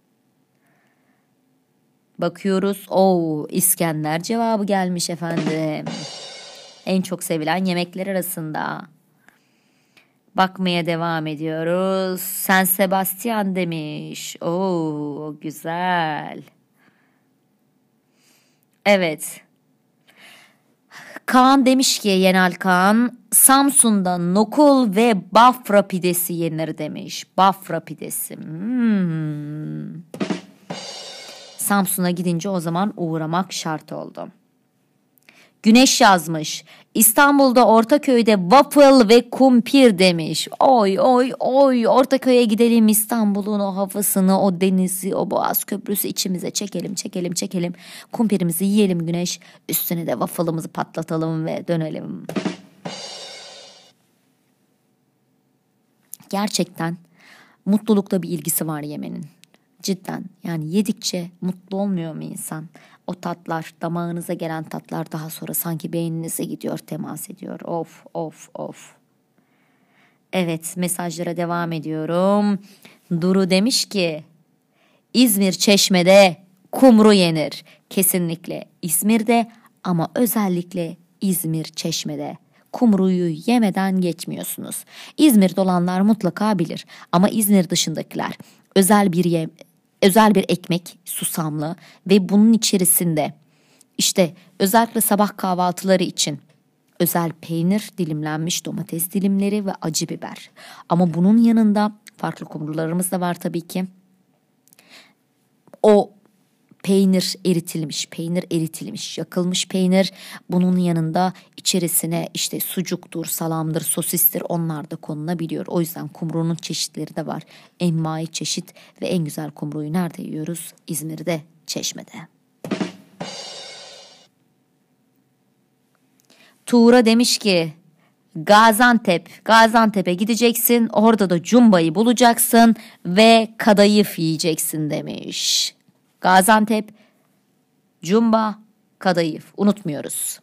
Bakıyoruz. İskender cevabı gelmiş efendim. En çok sevilen yemekler arasında. Bakmaya devam ediyoruz. San Sebastian demiş. Güzel. Evet. Kaan demiş ki Yenal Kaan, Samsun'da nokul ve Bafra pidesi yenir demiş. Bafra pidesi. Samsun'a gidince o zaman uğramak şart oldu. Güneş yazmış. İstanbul'da Ortaköy'de waffle ve kumpir demiş. Ortaköy'e gidelim, İstanbul'un o havasını, o denizi, o Boğaz Köprüsü içimize çekelim. Kumpirimizi yiyelim Güneş. Üstüne de waffle'ımızı patlatalım ve dönelim. Gerçekten mutlulukla bir ilgisi var yemenin. Cidden yani yedikçe mutlu olmuyor mu insan? O tatlar, damağınıza gelen tatlar daha sonra sanki beyninize gidiyor, temas ediyor. Of of of. Evet, mesajlara devam ediyorum. Duru demiş ki İzmir Çeşme'de kumru yenir. Kesinlikle İzmir'de ama özellikle İzmir Çeşme'de. Kumruyu yemeden geçmiyorsunuz. İzmir'de olanlar mutlaka bilir ama İzmir dışındakiler özel bir ekmek, susamlı ve bunun içerisinde işte özellikle sabah kahvaltıları için özel peynir, dilimlenmiş domates dilimleri ve acı biber. Ama bunun yanında farklı kumrularımız da var tabii ki. O peynir eritilmiş, yakılmış peynir. Bunun yanında içerisine işte sucuktur, salamdır, sosistir, onlar da konulabiliyor. O yüzden kumrunun çeşitleri de var. Envai çeşit ve en güzel kumruyu nerede yiyoruz? İzmir'de, Çeşme'de. Tuğra demiş ki Gaziantep'e gideceksin, orada da cumbayı bulacaksın ve kadayıf yiyeceksin demiş. Gaziantep, cumba, kadayıf unutmuyoruz.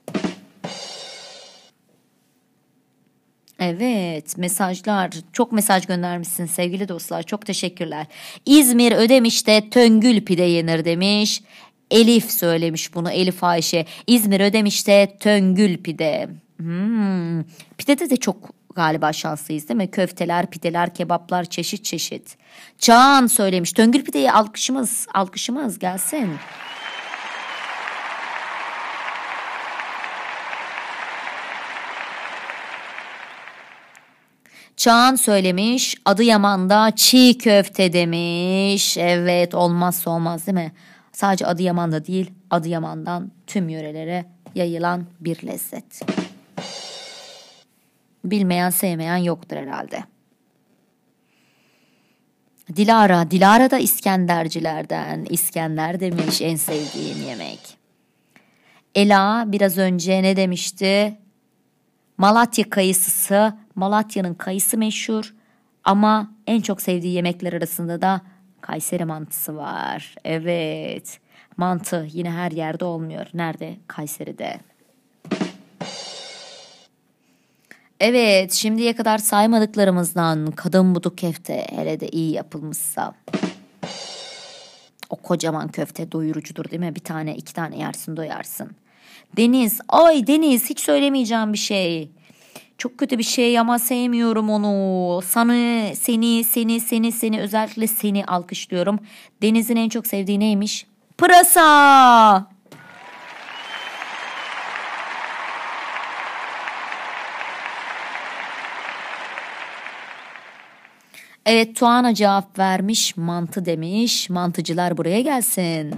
Evet, mesajlar, çok mesaj göndermişsin sevgili dostlar, çok teşekkürler. İzmir Ödemiş'te töngül pide yenir demiş. Elif söylemiş bunu, Elif Ayşe. İzmir Ödemiş'te töngül pide. Pidede de çok galiba şanslıyız değil mi? Köfteler, pideler, kebaplar çeşit çeşit. Çağan söylemiş. Töngül pideyi alkışımız gelsin. Çağan söylemiş. Adıyaman'da çiğ köfte demiş. Evet, olmazsa olmaz değil mi? Sadece Adıyaman'da değil, Adıyaman'dan tüm yörelere yayılan bir lezzet. Bilmeyen sevmeyen yoktur herhalde. Dilara da İskendercilerden. İskender demiş en sevdiğim yemek. Ela biraz önce ne demişti? Malatya kayısısı. Malatya'nın kayısı meşhur ama en çok sevdiği yemekler arasında da Kayseri mantısı var. Evet, mantı yine her yerde olmuyor. Nerede? Kayseri'de. Evet, şimdiye kadar saymadıklarımızdan kadın budu köfte, hele de iyi yapılmışsa. O kocaman köfte doyurucudur değil mi? Bir tane, iki tane yersin, doyarsın. Deniz, hiç söylemeyeceğim bir şey. Çok kötü bir şey ama sevmiyorum onu. Seni özellikle seni alkışlıyorum. Deniz'in en çok sevdiği neymiş? Pırasa. Evet, Tuana cevap vermiş, mantı demiş. Mantıcılar buraya gelsin.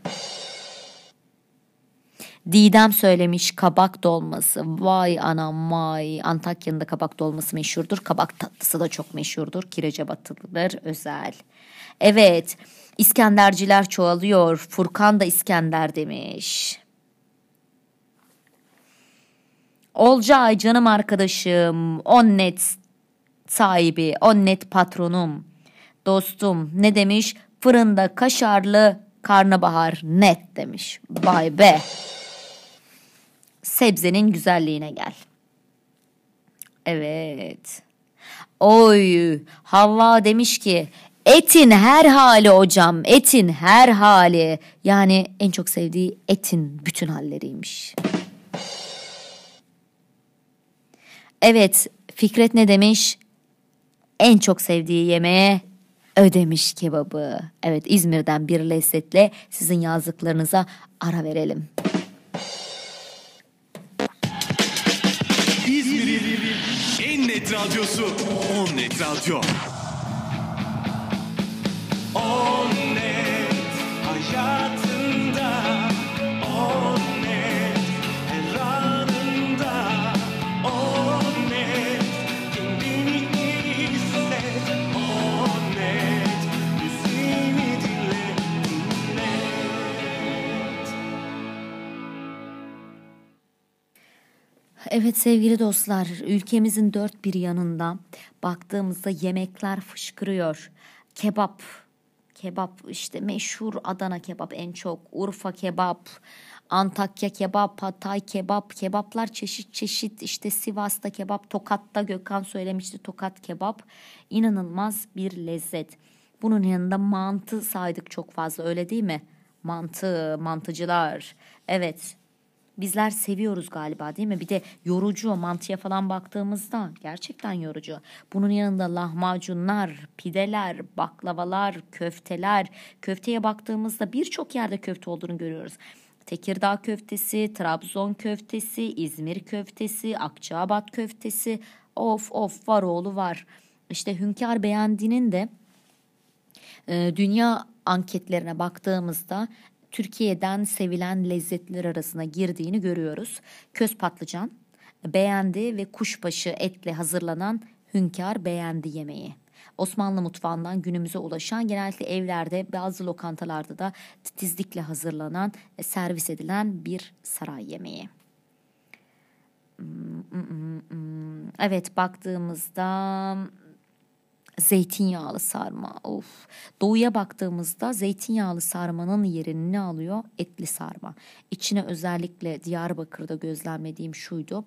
Didem söylemiş kabak dolması. Vay anam vay. Antakya'nın da kabak dolması meşhurdur. Kabak tatlısı da çok meşhurdur. Kirece batılıdır özel. Evet, İskenderciler çoğalıyor. Furkan da İskender demiş. Olcay canım arkadaşım. Onnet sahibi. Onnet patronum. Dostum ne demiş? Fırında kaşarlı karnabahar net demiş. Vay be. Sebzenin güzelliğine gel. Evet. Oy, Havva demiş ki etin her hali hocam, etin her hali. Yani en çok sevdiği etin bütün halleriymiş. Evet, Fikret ne demiş? En çok sevdiği yemeğe Ödemiş kebabı. Evet, İzmir'den bir lezzetle sizin yazdıklarınıza ara verelim. İzmir'in en net radyosu On Net Radyo. On Net hayatında, On Net her anında, On Net kendini hisset, On Net müziğini dinle. Evet sevgili dostlar, ülkemizin dört bir yanında baktığımızda yemekler fışkırıyor. Kebap, kebap işte meşhur Adana kebap en çok, Urfa kebap, Antakya kebap, Hatay kebap, kebaplar çeşit çeşit işte Sivas'ta kebap, Tokat'ta Gökhan söylemişti Tokat kebap. İnanılmaz bir lezzet. Bunun yanında mantı saydık çok fazla öyle değil mi? Mantı, mantıcılar. Evet. Bizler seviyoruz galiba değil mi? Bir de yorucu mantıya falan baktığımızda gerçekten yorucu. Bunun yanında lahmacunlar, pideler, baklavalar, köfteler. Köfteye baktığımızda birçok yerde köfte olduğunu görüyoruz. Tekirdağ köftesi, Trabzon köftesi, İzmir köftesi, Akçaabat köftesi. Of of var oğlu var. İşte Hünkar Beğendi'nin de dünya anketlerine baktığımızda Türkiye'den sevilen lezzetler arasına girdiğini görüyoruz. Köz patlıcan, beğendi ve kuşbaşı etle hazırlanan Hünkar Beğendi yemeği. Osmanlı mutfağından günümüze ulaşan genellikle evlerde bazı lokantalarda da titizlikle hazırlanan servis edilen bir saray yemeği. Evet baktığımızda zeytinyağlı sarma. Of. Doğuya baktığımızda zeytinyağlı sarmanın yerini ne alıyor? Etli sarma. İçine özellikle Diyarbakır'da gözlemlediğim şuydu.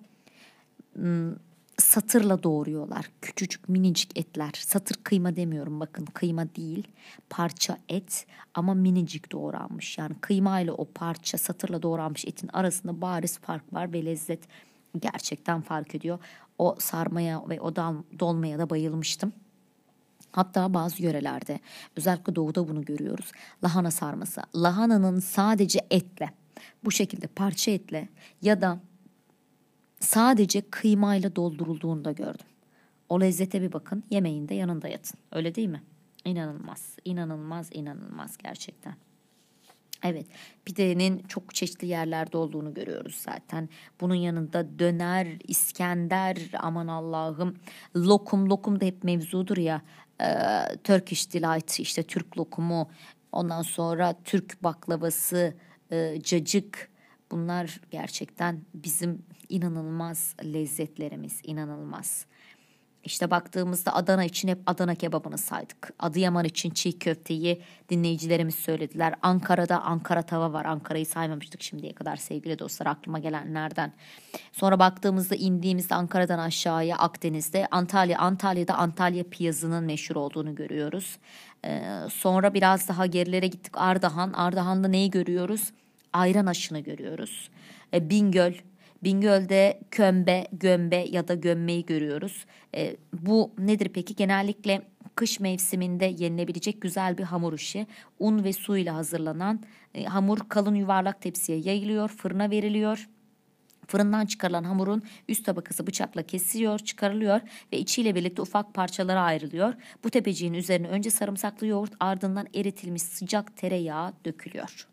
Satırla doğruyorlar. Küçücük minicik etler. Satır kıyma demiyorum bakın. Kıyma değil. Parça et ama minicik doğranmış. Yani kıyma ile o parça satırla doğranmış etin arasında bariz fark var ve lezzet gerçekten fark ediyor. O sarmaya ve o dolmaya da bayılmıştım. Hatta bazı yörelerde özellikle doğuda bunu görüyoruz. Lahana sarması. Lahananın sadece etle, bu şekilde parça etle ya da sadece kıymayla doldurulduğunu da gördüm. O lezzete bir bakın, yemeğin de yanında yatın. Öyle değil mi? İnanılmaz, inanılmaz, inanılmaz gerçekten. Evet, pidenin çok çeşitli yerlerde olduğunu görüyoruz zaten. Bunun yanında döner, İskender, aman Allah'ım, lokum da hep mevzudur ya. Turkish Delight, işte Türk lokumu, ondan sonra Türk baklavası, cacık. Bunlar gerçekten bizim inanılmaz lezzetlerimiz, inanılmaz. İşte baktığımızda Adana için hep Adana kebabını saydık. Adıyaman için çiğ köfteyi dinleyicilerimiz söylediler. Ankara'da Ankara tava var. Ankara'yı saymamıştık şimdiye kadar sevgili dostlar aklıma gelenlerden. Sonra baktığımızda indiğimizde Ankara'dan aşağıya Akdeniz'de Antalya'da Antalya piyazının meşhur olduğunu görüyoruz. Sonra biraz daha gerilere gittik Ardahan'da neyi görüyoruz? Ayran aşını görüyoruz. Bingöl'de kömbe, gömbe ya da gömmeyi görüyoruz. Bu nedir peki? Genellikle kış mevsiminde yenilebilecek güzel bir hamur işi. Un ve su ile hazırlanan hamur kalın yuvarlak tepsiye yayılıyor, fırına veriliyor. Fırından çıkarılan hamurun üst tabakası bıçakla kesiliyor, çıkarılıyor ve içiyle birlikte ufak parçalara ayrılıyor. Bu tepeciğin üzerine önce sarımsaklı yoğurt ardından eritilmiş sıcak tereyağı dökülüyor.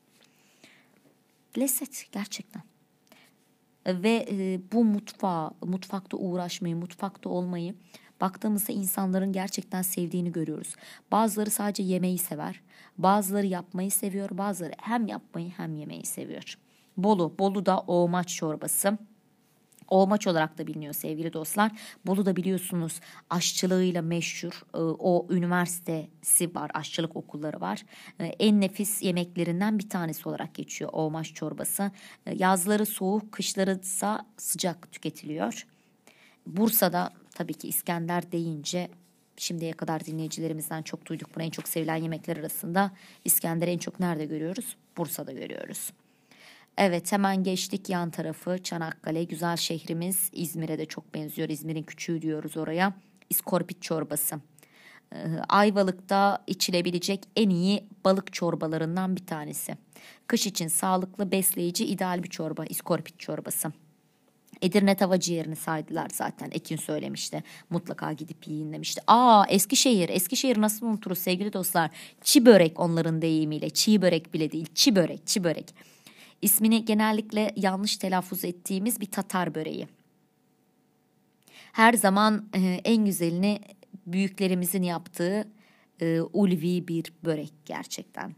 Lezzet gerçekten. Ve bu mutfakta uğraşmayı, mutfakta olmayı baktığımızda insanların gerçekten sevdiğini görüyoruz. Bazıları sadece yemeği sever, bazıları yapmayı seviyor, bazıları hem yapmayı hem yemeği seviyor. Bolu'da oğmaç çorbası. Oğmaç olarak da biliniyor sevgili dostlar. Bolu'da biliyorsunuz aşçılığıyla meşhur o üniversitesi var, aşçılık okulları var. En nefis yemeklerinden bir tanesi olarak geçiyor oğmaç çorbası. Yazları soğuk, kışları ise sıcak tüketiliyor. Bursa'da tabii ki İskender deyince şimdiye kadar dinleyicilerimizden çok duyduk bunu, en çok sevilen yemekler arasında İskender'i en çok nerede görüyoruz? Bursa'da görüyoruz. Evet hemen geçtik yan tarafı Çanakkale, güzel şehrimiz. İzmir'e de çok benziyor. İzmir'in küçüğü diyoruz oraya. İskorpit çorbası. Ayvalık'ta içilebilecek en iyi balık çorbalarından bir tanesi. Kış için sağlıklı, besleyici, ideal bir çorba. İskorpit çorbası. Edirne tava ciğerini saydılar zaten. Ekin söylemişti. Mutlaka gidip yiyin demişti. Eskişehir nasıl unuturuz sevgili dostlar? Çi börek onların deyimiyle. Çiğ börek bile değil. Çi börek. İsmini genellikle yanlış telaffuz ettiğimiz bir Tatar böreği. Her zaman en güzelini büyüklerimizin yaptığı ulvi bir börek gerçekten.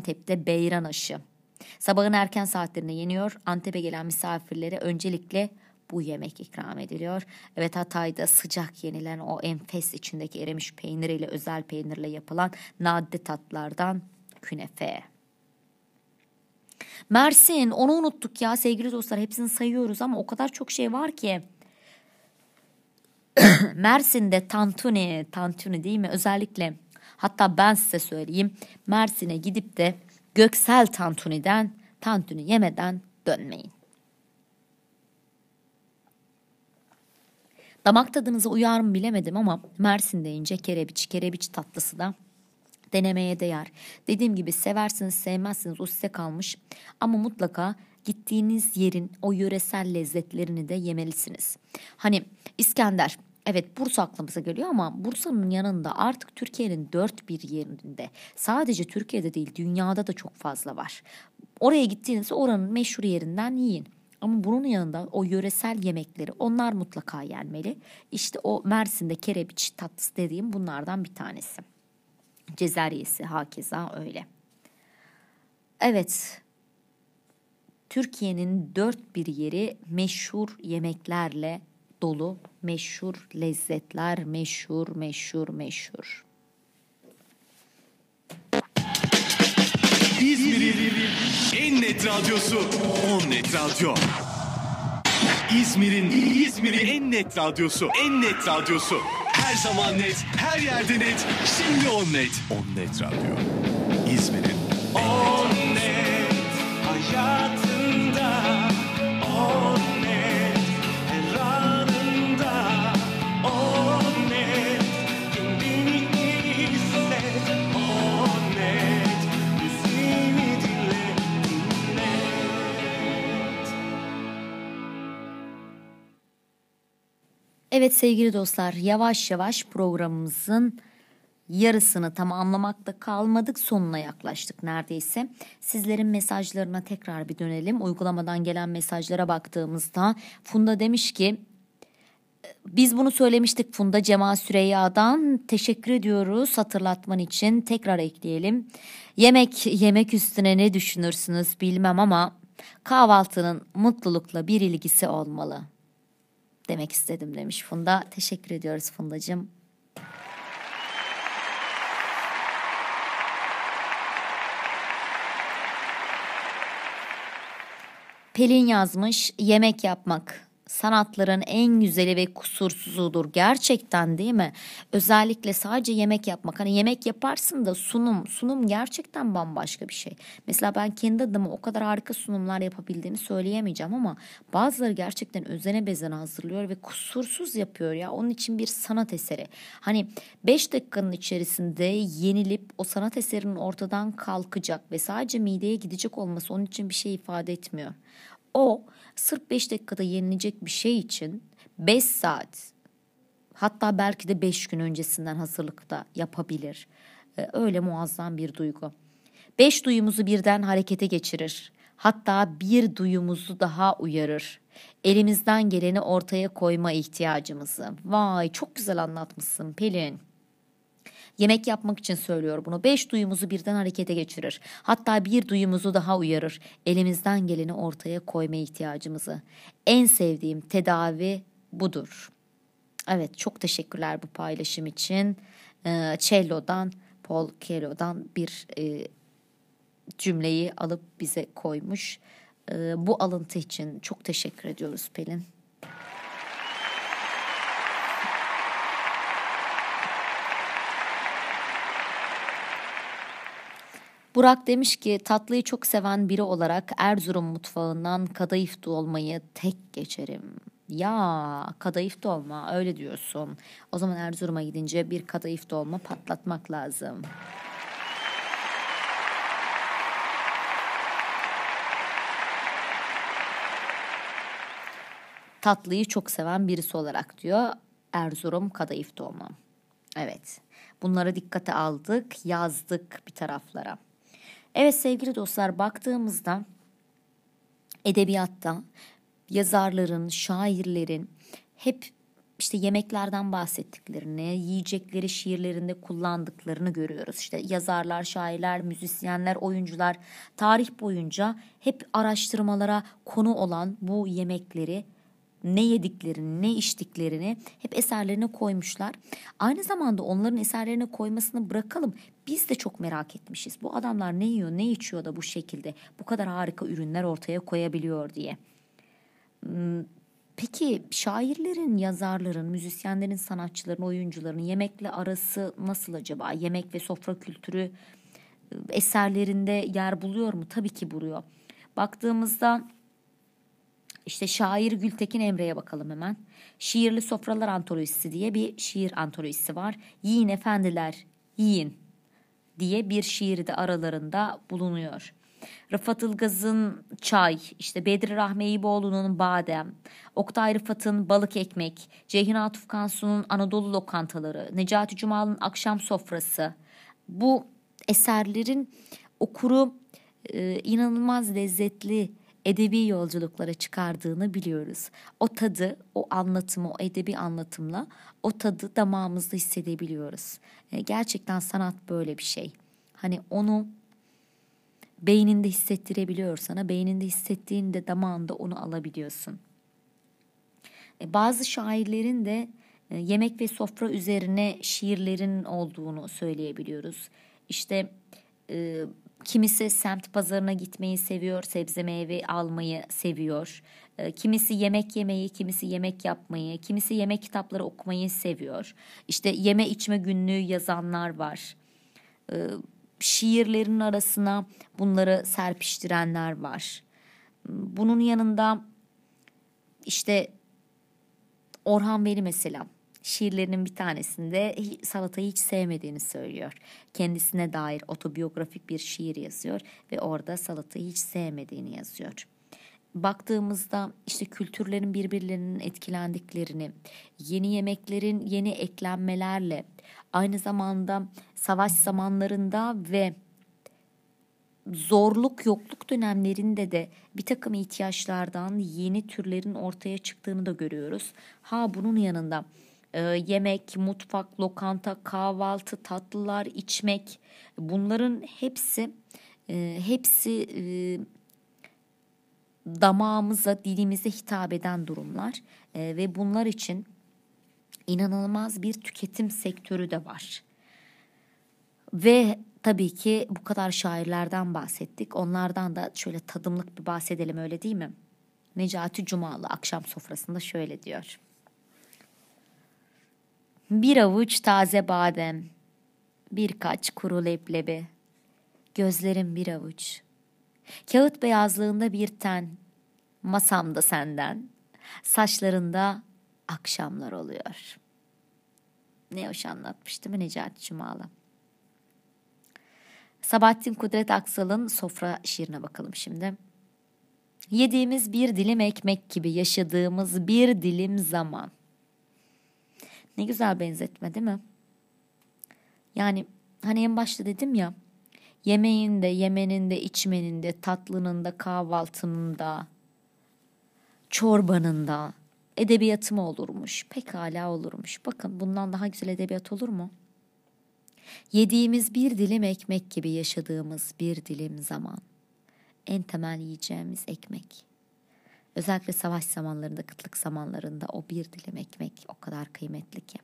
Gaziantep'te beyran aşı. Sabahın erken saatlerinde yeniyor. Antep'e gelen misafirlere öncelikle bu yemek ikram ediliyor. Evet, Hatay'da sıcak yenilen o enfes içindeki erimiş peyniriyle, özel peynirle yapılan nadide tatlardan künefe. Mersin, onu unuttuk ya sevgili dostlar, hepsini sayıyoruz ama o kadar çok şey var ki. Mersin'de tantuni değil mi? Özellikle, hatta ben size söyleyeyim, Mersin'e gidip de Göksel tantuni yemeden dönmeyin. Damak tadınıza uyar mı bilemedim ama Mersin deyince kerebiç tatlısı da denemeye değer. Dediğim gibi seversiniz sevmezsiniz o size kalmış ama mutlaka gittiğiniz yerin o yöresel lezzetlerini de yemelisiniz. Hani İskender, evet Bursa aklımıza geliyor ama Bursa'nın yanında artık Türkiye'nin dört bir yerinde, sadece Türkiye'de değil dünyada da çok fazla var. Oraya gittiğinizde oranın meşhur yerinden yiyin. Ama bunun yanında o yöresel yemekleri, onlar mutlaka yenmeli. İşte o Mersin'de kerebiç tatlısı dediğim bunlardan bir tanesi. Cezeryesi hakeza öyle. Evet, Türkiye'nin dört bir yeri meşhur yemeklerle dolu, meşhur lezzetler, meşhur. İzmir'in en net radyosu On Net Radyo. İzmir'in en net radyosu. Her zaman net, her yerde net. Şimdi On Net. On Net Radyo. İzmir'in On Net hayatında, On Net her anında, On Net kendini hisset, On Net müziğini dinle. Evet sevgili dostlar, yavaş yavaş programımızın yarısını tamamlamakta kalmadık, sonuna yaklaştık neredeyse. Sizlerin mesajlarına tekrar bir dönelim. Uygulamadan gelen mesajlara baktığımızda Funda demiş ki, biz bunu söylemiştik Funda, Cemal Süreyya'dan teşekkür ediyoruz hatırlatman için, tekrar ekleyelim. Yemek üstüne ne düşünürsünüz bilmem ama kahvaltının mutlulukla bir ilgisi olmalı demek istedim demiş Funda. Teşekkür ediyoruz Fundacığım. Pelin yazmış, yemek yapmak sanatların en güzeli ve kusursuzudur. Gerçekten değil mi? Özellikle sadece yemek yapmak. Hani yemek yaparsın da sunum gerçekten bambaşka bir şey. Mesela ben kendi adıma o kadar harika sunumlar yapabildiğini söyleyemeyeceğim ama bazıları gerçekten özene bezene hazırlıyor ve kusursuz yapıyor ya. Onun için bir sanat eseri. Hani 5 dakikanın içerisinde yenilip o sanat eserinin ortadan kalkacak ve sadece mideye gidecek olması onun için bir şey ifade etmiyor. O sırf 5 dakikada yenilecek bir şey için 5 saat, hatta belki de 5 gün öncesinden hazırlıkta yapabilir. Öyle muazzam bir duygu. 5 duyumuzu birden harekete geçirir. Hatta bir duyumuzu daha uyarır. Elimizden geleni ortaya koyma ihtiyacımızı. Vay, çok güzel anlatmışsın Pelin. Yemek yapmak için söylüyor bunu. 5 duyumuzu birden harekete geçirir. Hatta bir duyumuzu daha uyarır. Elimizden geleni ortaya koyma ihtiyacımızı. En sevdiğim tedavi budur. Evet, çok teşekkürler bu paylaşım için. Paul Coelho'dan bir cümleyi alıp bize koymuş. Bu alıntı için çok teşekkür ediyoruz Pelin. Burak demiş ki, tatlıyı çok seven biri olarak Erzurum mutfağından kadayıf dolmayı tek geçerim. Ya kadayıf dolma, öyle diyorsun. O zaman Erzurum'a gidince bir kadayıf dolma patlatmak lazım. Tatlıyı çok seven birisi olarak diyor, Erzurum kadayıf dolma. Evet, bunları dikkate aldık, yazdık bir taraflara. Evet sevgili dostlar, baktığımızda edebiyatta yazarların, şairlerin hep işte yemeklerden bahsettiklerini, yiyecekleri şiirlerinde kullandıklarını görüyoruz. İşte yazarlar, şairler, müzisyenler, oyuncular tarih boyunca hep araştırmalara konu olan bu yemekleri ne yediklerini, ne içtiklerini hep eserlerine koymuşlar. Aynı zamanda onların eserlerine koymasını bırakalım. Biz de çok merak etmişiz. Bu adamlar ne yiyor, ne içiyor da bu şekilde bu kadar harika ürünler ortaya koyabiliyor diye. Peki şairlerin, yazarların, müzisyenlerin, sanatçıların, oyuncuların yemekle arası nasıl acaba? Yemek ve sofra kültürü eserlerinde yer buluyor mu? Tabii ki buluyor. Baktığımızda işte şair Gültekin Emre'ye bakalım hemen. Şiirli Sofralar Antolojisi diye bir şiir antolojisi var. Yiyin efendiler, yiyin diye bir şiiri de aralarında bulunuyor. Rıfat Ilgaz'ın Çay, işte Bedri Rahmi Eyüboğlu'nun Badem, Oktay Rıfat'ın Balık Ekmek, Ceyhun Atıf Kansu'nun Anadolu Lokantaları, Necati Cumal'ın Akşam Sofrası. Bu eserlerin okuru inanılmaz lezzetli edebi yolculuklara çıkardığını biliyoruz. O tadı, o anlatımı, o edebi anlatımla o tadı damağımızda hissedebiliyoruz. Gerçekten sanat böyle bir şey. Hani onu beyninde hissettirebiliyor sana. Beyninde hissettiğinde damağında onu alabiliyorsun. Bazı şairlerin de yemek ve sofra üzerine şiirlerin olduğunu söyleyebiliyoruz. İşte kimisi semt pazarına gitmeyi seviyor, sebze meyve almayı seviyor. Kimisi yemek yemeyi, kimisi yemek yapmayı, kimisi yemek kitapları okumayı seviyor. İşte yeme içme günlüğü yazanlar var. Şiirlerin arasına bunları serpiştirenler var. Bunun yanında işte Orhan Veli mesela şiirlerinin bir tanesinde salatayı hiç sevmediğini söylüyor. Kendisine dair otobiyografik bir şiir yazıyor ve orada salatayı hiç sevmediğini yazıyor. Baktığımızda işte kültürlerin birbirlerinin etkilendiklerini, yeni yemeklerin yeni eklenmelerle, aynı zamanda savaş zamanlarında ve zorluk yokluk dönemlerinde de bir takım ihtiyaçlardan yeni türlerin ortaya çıktığını da görüyoruz. Bunun yanında yemek, mutfak, lokanta, kahvaltı, tatlılar, içmek, bunların hepsi damağımıza, dilimize hitap eden durumlar ve bunlar için inanılmaz bir tüketim sektörü de var. Ve tabii ki bu kadar şairlerden bahsettik. Onlardan da şöyle tadımlık bir bahsedelim, öyle değil mi? Necati Cumalı Akşam Sofrası'nda şöyle diyor. Bir avuç taze badem, birkaç kuru leblebi, gözlerim bir avuç. Kağıt beyazlığında bir ten, masamda senden, saçlarında akşamlar oluyor. Ne hoş anlatmış değil mi Necati Cumalı? Sabahattin Kudret Aksal'ın Sofra şiirine bakalım şimdi. Yediğimiz bir dilim ekmek gibi yaşadığımız bir dilim zaman. Ne güzel benzetme değil mi? Yani hani en başta dedim ya, yemeğinde, yemeninde, içmeninde, tatlının kahvaltının da, çorbanın da edebiyatı mı olurmuş? Pekala olurmuş. Bakın bundan daha güzel edebiyat olur mu? Yediğimiz bir dilim ekmek gibi yaşadığımız bir dilim zaman. En temel yiyeceğimiz ekmek. Özellikle savaş zamanlarında, kıtlık zamanlarında o bir dilim ekmek o kadar kıymetli ki.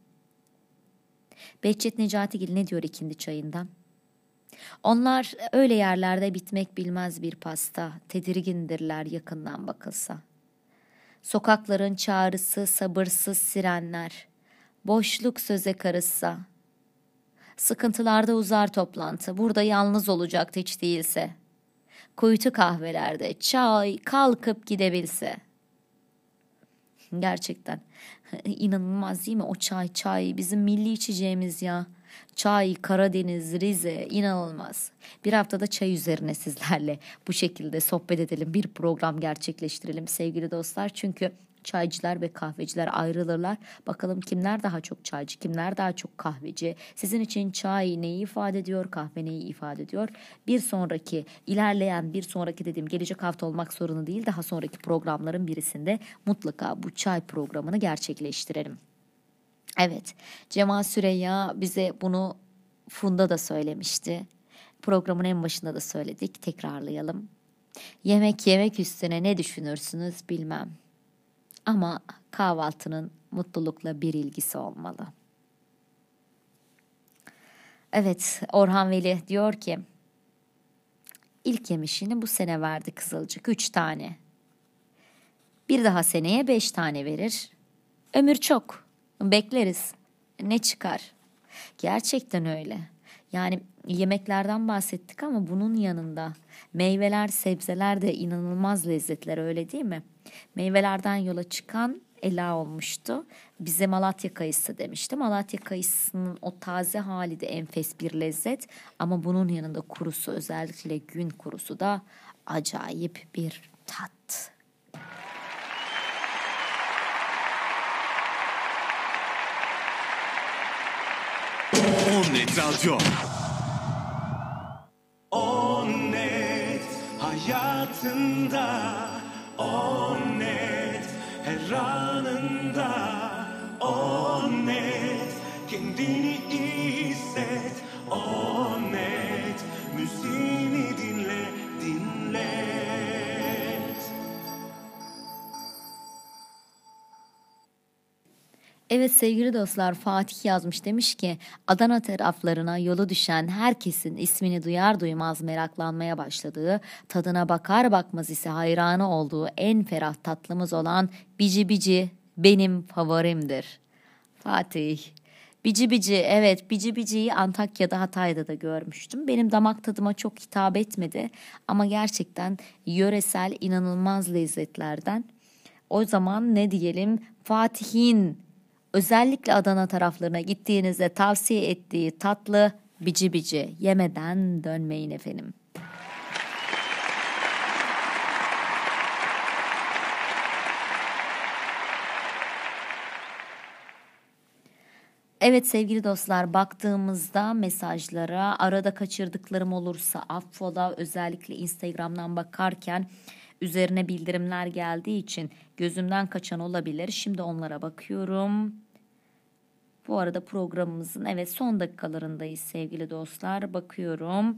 Behçet Necatigil ne diyor ikindi çayından? Onlar öyle yerlerde bitmek bilmez bir pasta, tedirgindirler yakından bakılsa. Sokakların çağrısı sabırsız sirenler, boşluk söze karışsa. Sıkıntılarda uzar toplantı, burada yalnız olacaktı hiç değilse. Kuytu kahvelerde çay kalkıp gidebilse. Gerçekten inanılmaz değil mi? O çay bizim milli içeceğimiz ya. Çay, Karadeniz, Rize inanılmaz. Bir haftada çay üzerine sizlerle bu şekilde sohbet edelim. Bir program gerçekleştirelim sevgili dostlar. Çünkü çaycılar ve kahveciler ayrılırlar. Bakalım kimler daha çok çaycı, kimler daha çok kahveci. Sizin için çay neyi ifade ediyor, kahve neyi ifade ediyor? Bir sonraki dediğim gelecek hafta olmak zorunda değil. Daha sonraki programların birisinde mutlaka bu çay programını gerçekleştirelim. Evet, Cemal Süreyya bize bunu Funda da söylemişti. Programın en başında da söyledik, tekrarlayalım. Yemek üstüne ne düşünürsünüz bilmem. Ama kahvaltının mutlulukla bir ilgisi olmalı. Evet, Orhan Veli diyor ki, ilk yemişini bu sene verdi Kızılcık 3 tane. Bir daha seneye 5 tane verir. Ömür çok. Bekleriz. Ne çıkar? Gerçekten öyle. Yani yemeklerden bahsettik ama bunun yanında meyveler, sebzeler de inanılmaz lezzetler, öyle değil mi? Meyvelerden yola çıkan Ela olmuştu. Bize Malatya kayısı demişti. Malatya kayısının o taze hali de enfes bir lezzet. Ama bunun yanında kurusu, özellikle gün kurusu da acayip bir tat. On Net Radyo. On net hayatında, on net her anında, on net kendini hisset, on net müziğini dinle, dinle. Evet sevgili dostlar, Fatih yazmış, demiş ki Adana taraflarına yolu düşen herkesin ismini duyar duymaz meraklanmaya başladığı, tadına bakar bakmaz ise hayranı olduğu en ferah tatlımız olan bici bici benim favorimdir. Fatih. Bici bici, evet, bici biciyi Antakya'da, Hatay'da da görmüştüm. Benim damak tadıma çok hitap etmedi ama gerçekten yöresel inanılmaz lezzetlerden. O zaman ne diyelim, Fatih'in özellikle Adana taraflarına gittiğinizde tavsiye ettiği tatlı bici bici, yemeden dönmeyin efendim. Evet sevgili dostlar, baktığımızda mesajlara, arada kaçırdıklarım olursa affola. Özellikle Instagram'dan bakarken üzerine bildirimler geldiği için gözümden kaçan olabilir. Şimdi onlara bakıyorum. Bu arada programımızın evet son dakikalarındayız sevgili dostlar. Bakıyorum.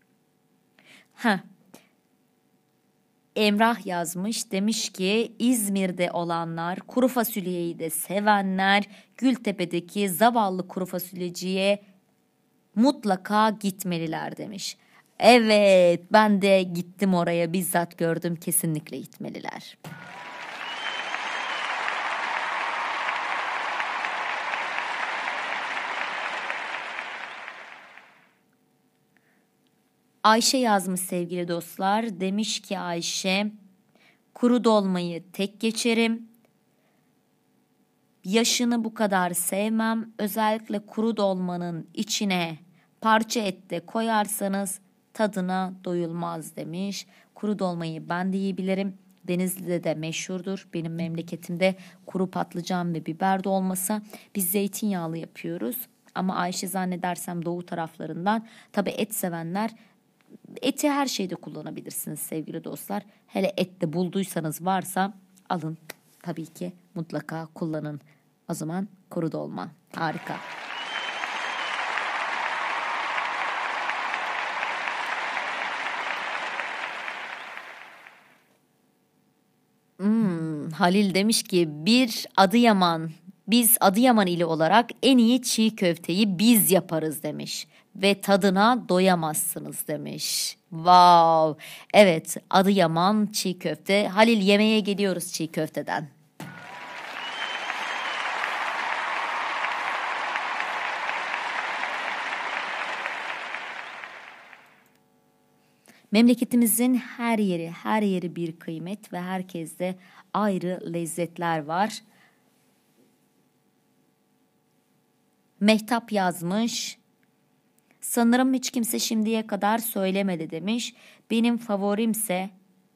Emrah yazmış, demiş ki İzmir'de olanlar, kuru fasulyeyi de sevenler Gültepe'deki zavallı kuru fasulyeciye mutlaka gitmeliler demiş. Evet, ben de gittim oraya, bizzat gördüm, kesinlikle gitmeliler. Ayşe yazmış sevgili dostlar. Demiş ki Ayşe, kuru dolmayı tek geçerim. Yaşını bu kadar sevmem. Özellikle kuru dolmanın içine parça et de koyarsanız tadına doyulmaz demiş. Kuru dolmayı ben de yiyebilirim. Denizli'de de meşhurdur. Benim memleketimde kuru patlıcan ve biber dolması. Biz zeytinyağlı yapıyoruz. Ama Ayşe zannedersem doğu taraflarından. Tabii et sevenler, eti her şeyde kullanabilirsiniz sevgili dostlar. Hele ette bulduysanız, varsa alın. Tabii ki mutlaka kullanın. O zaman kuru dolma. Harika. Halil demiş ki biz Adıyaman ili olarak en iyi çiğ köfteyi biz yaparız demiş. Ve tadına doyamazsınız demiş. Wow. Evet, Adıyaman çiğ köfte. Halil, yemeğe geliyoruz çiğ köfteden. Memleketimizin her yeri bir kıymet ve herkeste ayrı lezzetler var. Mehtap yazmış. Sanırım hiç kimse şimdiye kadar söylemedi demiş. Benim favorimse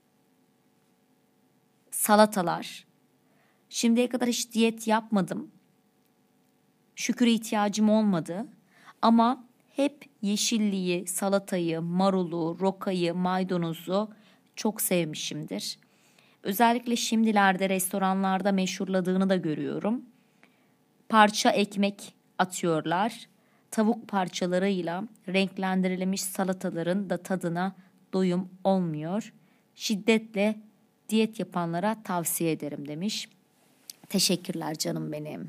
salatalar. Şimdiye kadar hiç diyet yapmadım. Şükür ihtiyacım olmadı. Ama hep yeşilliği, salatayı, marulu, rokayı, maydanozu çok sevmişimdir. Özellikle şimdilerde restoranlarda meşhurladığını da görüyorum. Parça ekmek atıyorlar. Tavuk parçalarıyla renklendirilmiş salataların da tadına doyum olmuyor. Şiddetle diyet yapanlara tavsiye ederim demiş. Teşekkürler canım benim.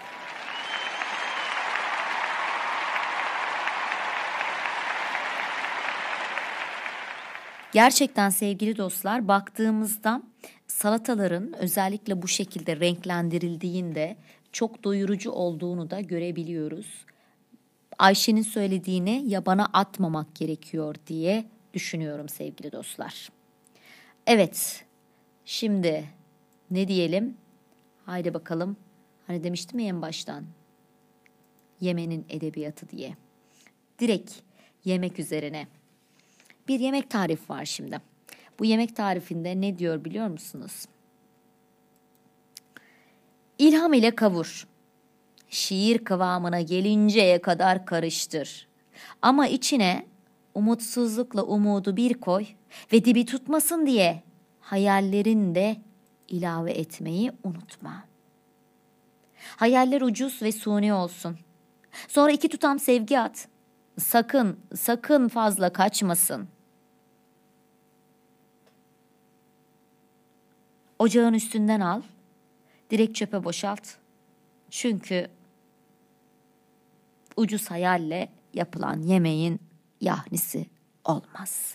Gerçekten sevgili dostlar, baktığımızda salataların özellikle bu şekilde renklendirildiğinde çok doyurucu olduğunu da görebiliyoruz. Ayşe'nin söylediğini yabana atmamak gerekiyor diye düşünüyorum sevgili dostlar. Evet, şimdi ne diyelim? Haydi bakalım. Hani demiştim ya en baştan. Yemenin edebiyatı diye. Direkt yemek üzerine. Bir yemek tarifi var şimdi. Bu yemek tarifinde ne diyor biliyor musunuz? İlham ile kavur. Şiir kıvamına gelinceye kadar karıştır. Ama içine umutsuzlukla umudu bir koy ve dibi tutmasın diye hayallerini de ilave etmeyi unutma. Hayaller ucuz ve suni olsun. Sonra 2 tutam sevgi at. Sakın fazla kaçmasın. Ocağın üstünden al. Direkt çöpe boşalt. Çünkü ucuz hayalle yapılan yemeğin yahnisi olmaz.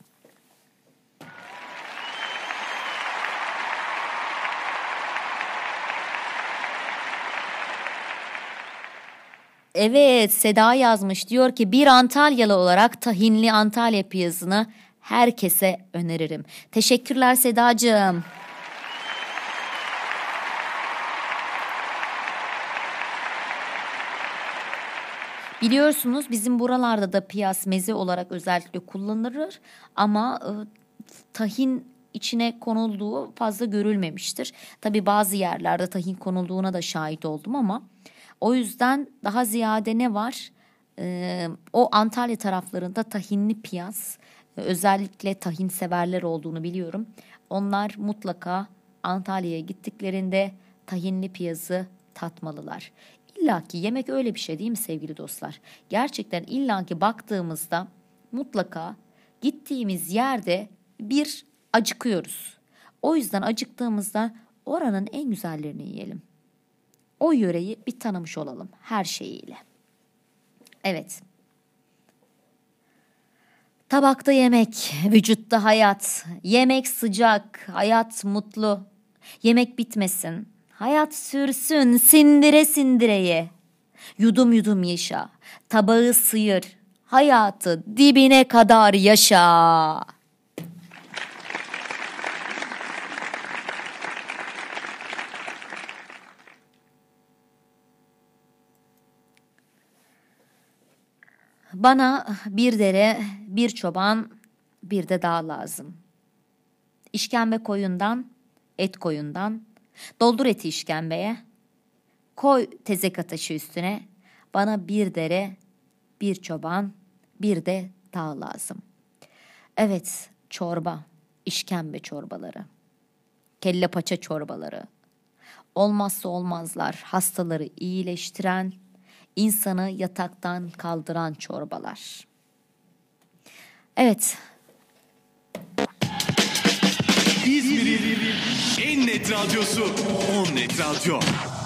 Evet, Seda yazmış. Diyor ki bir Antalyalı olarak tahinli Antalya piyazını herkese öneririm. Teşekkürler Sedacığım. Biliyorsunuz bizim buralarda da piyaz meze olarak özellikle kullanılır ama tahin içine konulduğu fazla görülmemiştir. Tabii bazı yerlerde tahin konulduğuna da şahit oldum ama o yüzden daha ziyade ne var? O Antalya taraflarında tahinli piyaz, özellikle tahin severler olduğunu biliyorum. Onlar mutlaka Antalya'ya gittiklerinde tahinli piyazı tatmalılar. İlla ki yemek öyle bir şey değil mi sevgili dostlar? Gerçekten illa ki baktığımızda mutlaka gittiğimiz yerde bir acıkıyoruz. O yüzden acıktığımızda oranın en güzellerini yiyelim. O yöreyi bir tanımış olalım her şeyiyle. Evet. Tabakta yemek, vücutta hayat. Yemek sıcak, hayat mutlu. Yemek bitmesin. Hayat sürsün, sindire sindire ye. Yudum yudum yaşa. Tabağı sıyır. Hayatı dibine kadar yaşa. Bana bir dere, bir çoban, bir de dağ lazım. İşkembe koyundan, et koyundan, doldur eti işkembeye, koy tezek ateşi üstüne, bana bir dere, bir çoban, bir de dağ lazım. Evet, çorba, işkembe çorbaları, kelle paça çorbaları, olmazsa olmazlar, hastaları iyileştiren, insanı yataktan kaldıran çorbalar. Evet. İzmir'in en net radyosu On Net Radyo.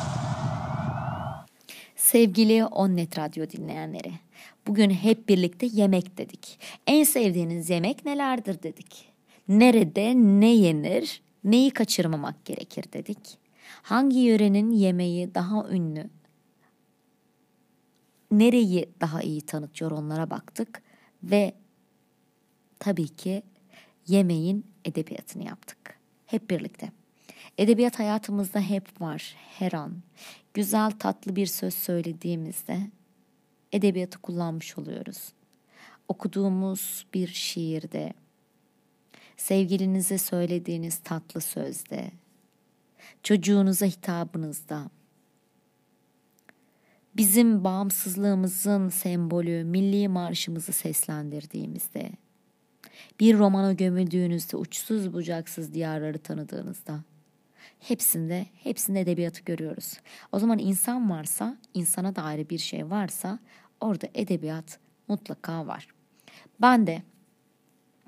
Sevgili On Net Radyo dinleyenleri, bugün hep birlikte yemek dedik. En sevdiğiniz yemek nelerdir dedik. Nerede ne yenir, neyi kaçırmamak gerekir dedik. Hangi yörenin yemeği daha ünlü, nereyi daha iyi tanıtıyor onlara baktık ve tabii ki yemeğin edebiyatını yaptık. Hep birlikte. Edebiyat hayatımızda hep var, her an. Güzel tatlı bir söz söylediğimizde edebiyatı kullanmış oluyoruz. Okuduğumuz bir şiirde, sevgilinize söylediğiniz tatlı sözde, çocuğunuza hitabınızda, bizim bağımsızlığımızın sembolü milli marşımızı seslendirdiğimizde, bir romana gömüldüğünüzde, uçsuz bucaksız diyarları tanıdığınızda, hepsinde edebiyatı görüyoruz. O zaman insan varsa, insana dair bir şey varsa orada edebiyat mutlaka var. Ben de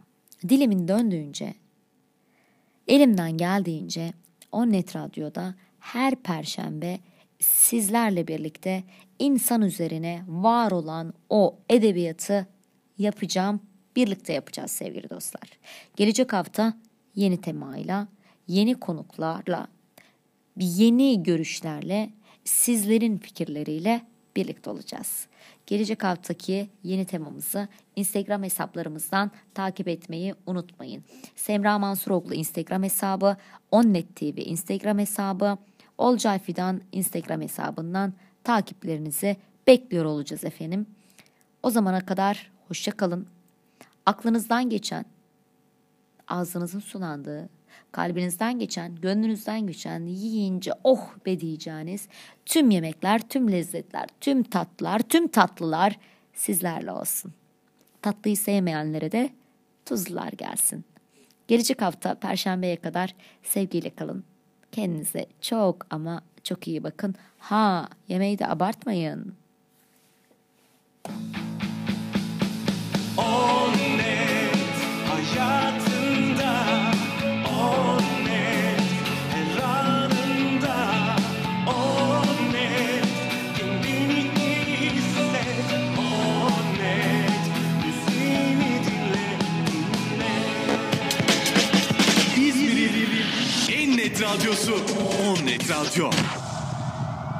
dilimin döndüğünce, elimden geldiğince On Net Radyo'da her perşembe sizlerle birlikte insan üzerine var olan o edebiyatı yapacağım. Birlikte yapacağız sevgili dostlar. Gelecek hafta yeni temayla, yeni konuklarla, yeni görüşlerle, sizlerin fikirleriyle birlikte olacağız. Gelecek haftaki yeni temamızı Instagram hesaplarımızdan takip etmeyi unutmayın. Semra Mansuroğlu Instagram hesabı, Onnet TV Instagram hesabı, Olcay Fidan Instagram hesabından takiplerinizi bekliyor olacağız efendim. O zamana kadar hoşça kalın. Aklınızdan geçen, ağzınızın sulandığı, kalbinizden geçen, gönlünüzden geçen, yiyince oh be diyeceğiniz tüm yemekler, tüm lezzetler, tüm tatlılar, tüm tatlılar sizlerle olsun. Tatlıyı sevmeyenlere de tuzlular gelsin. Gelecek hafta Perşembe'ye kadar sevgiyle kalın. Kendinize çok ama çok iyi bakın. Ha, yemeği de abartmayın. Onnet hayatında, Onnet her anında, Onnet kendini hisset, Onnet müziğini dinle. İzmir'in en net radyosu On Net Radyo.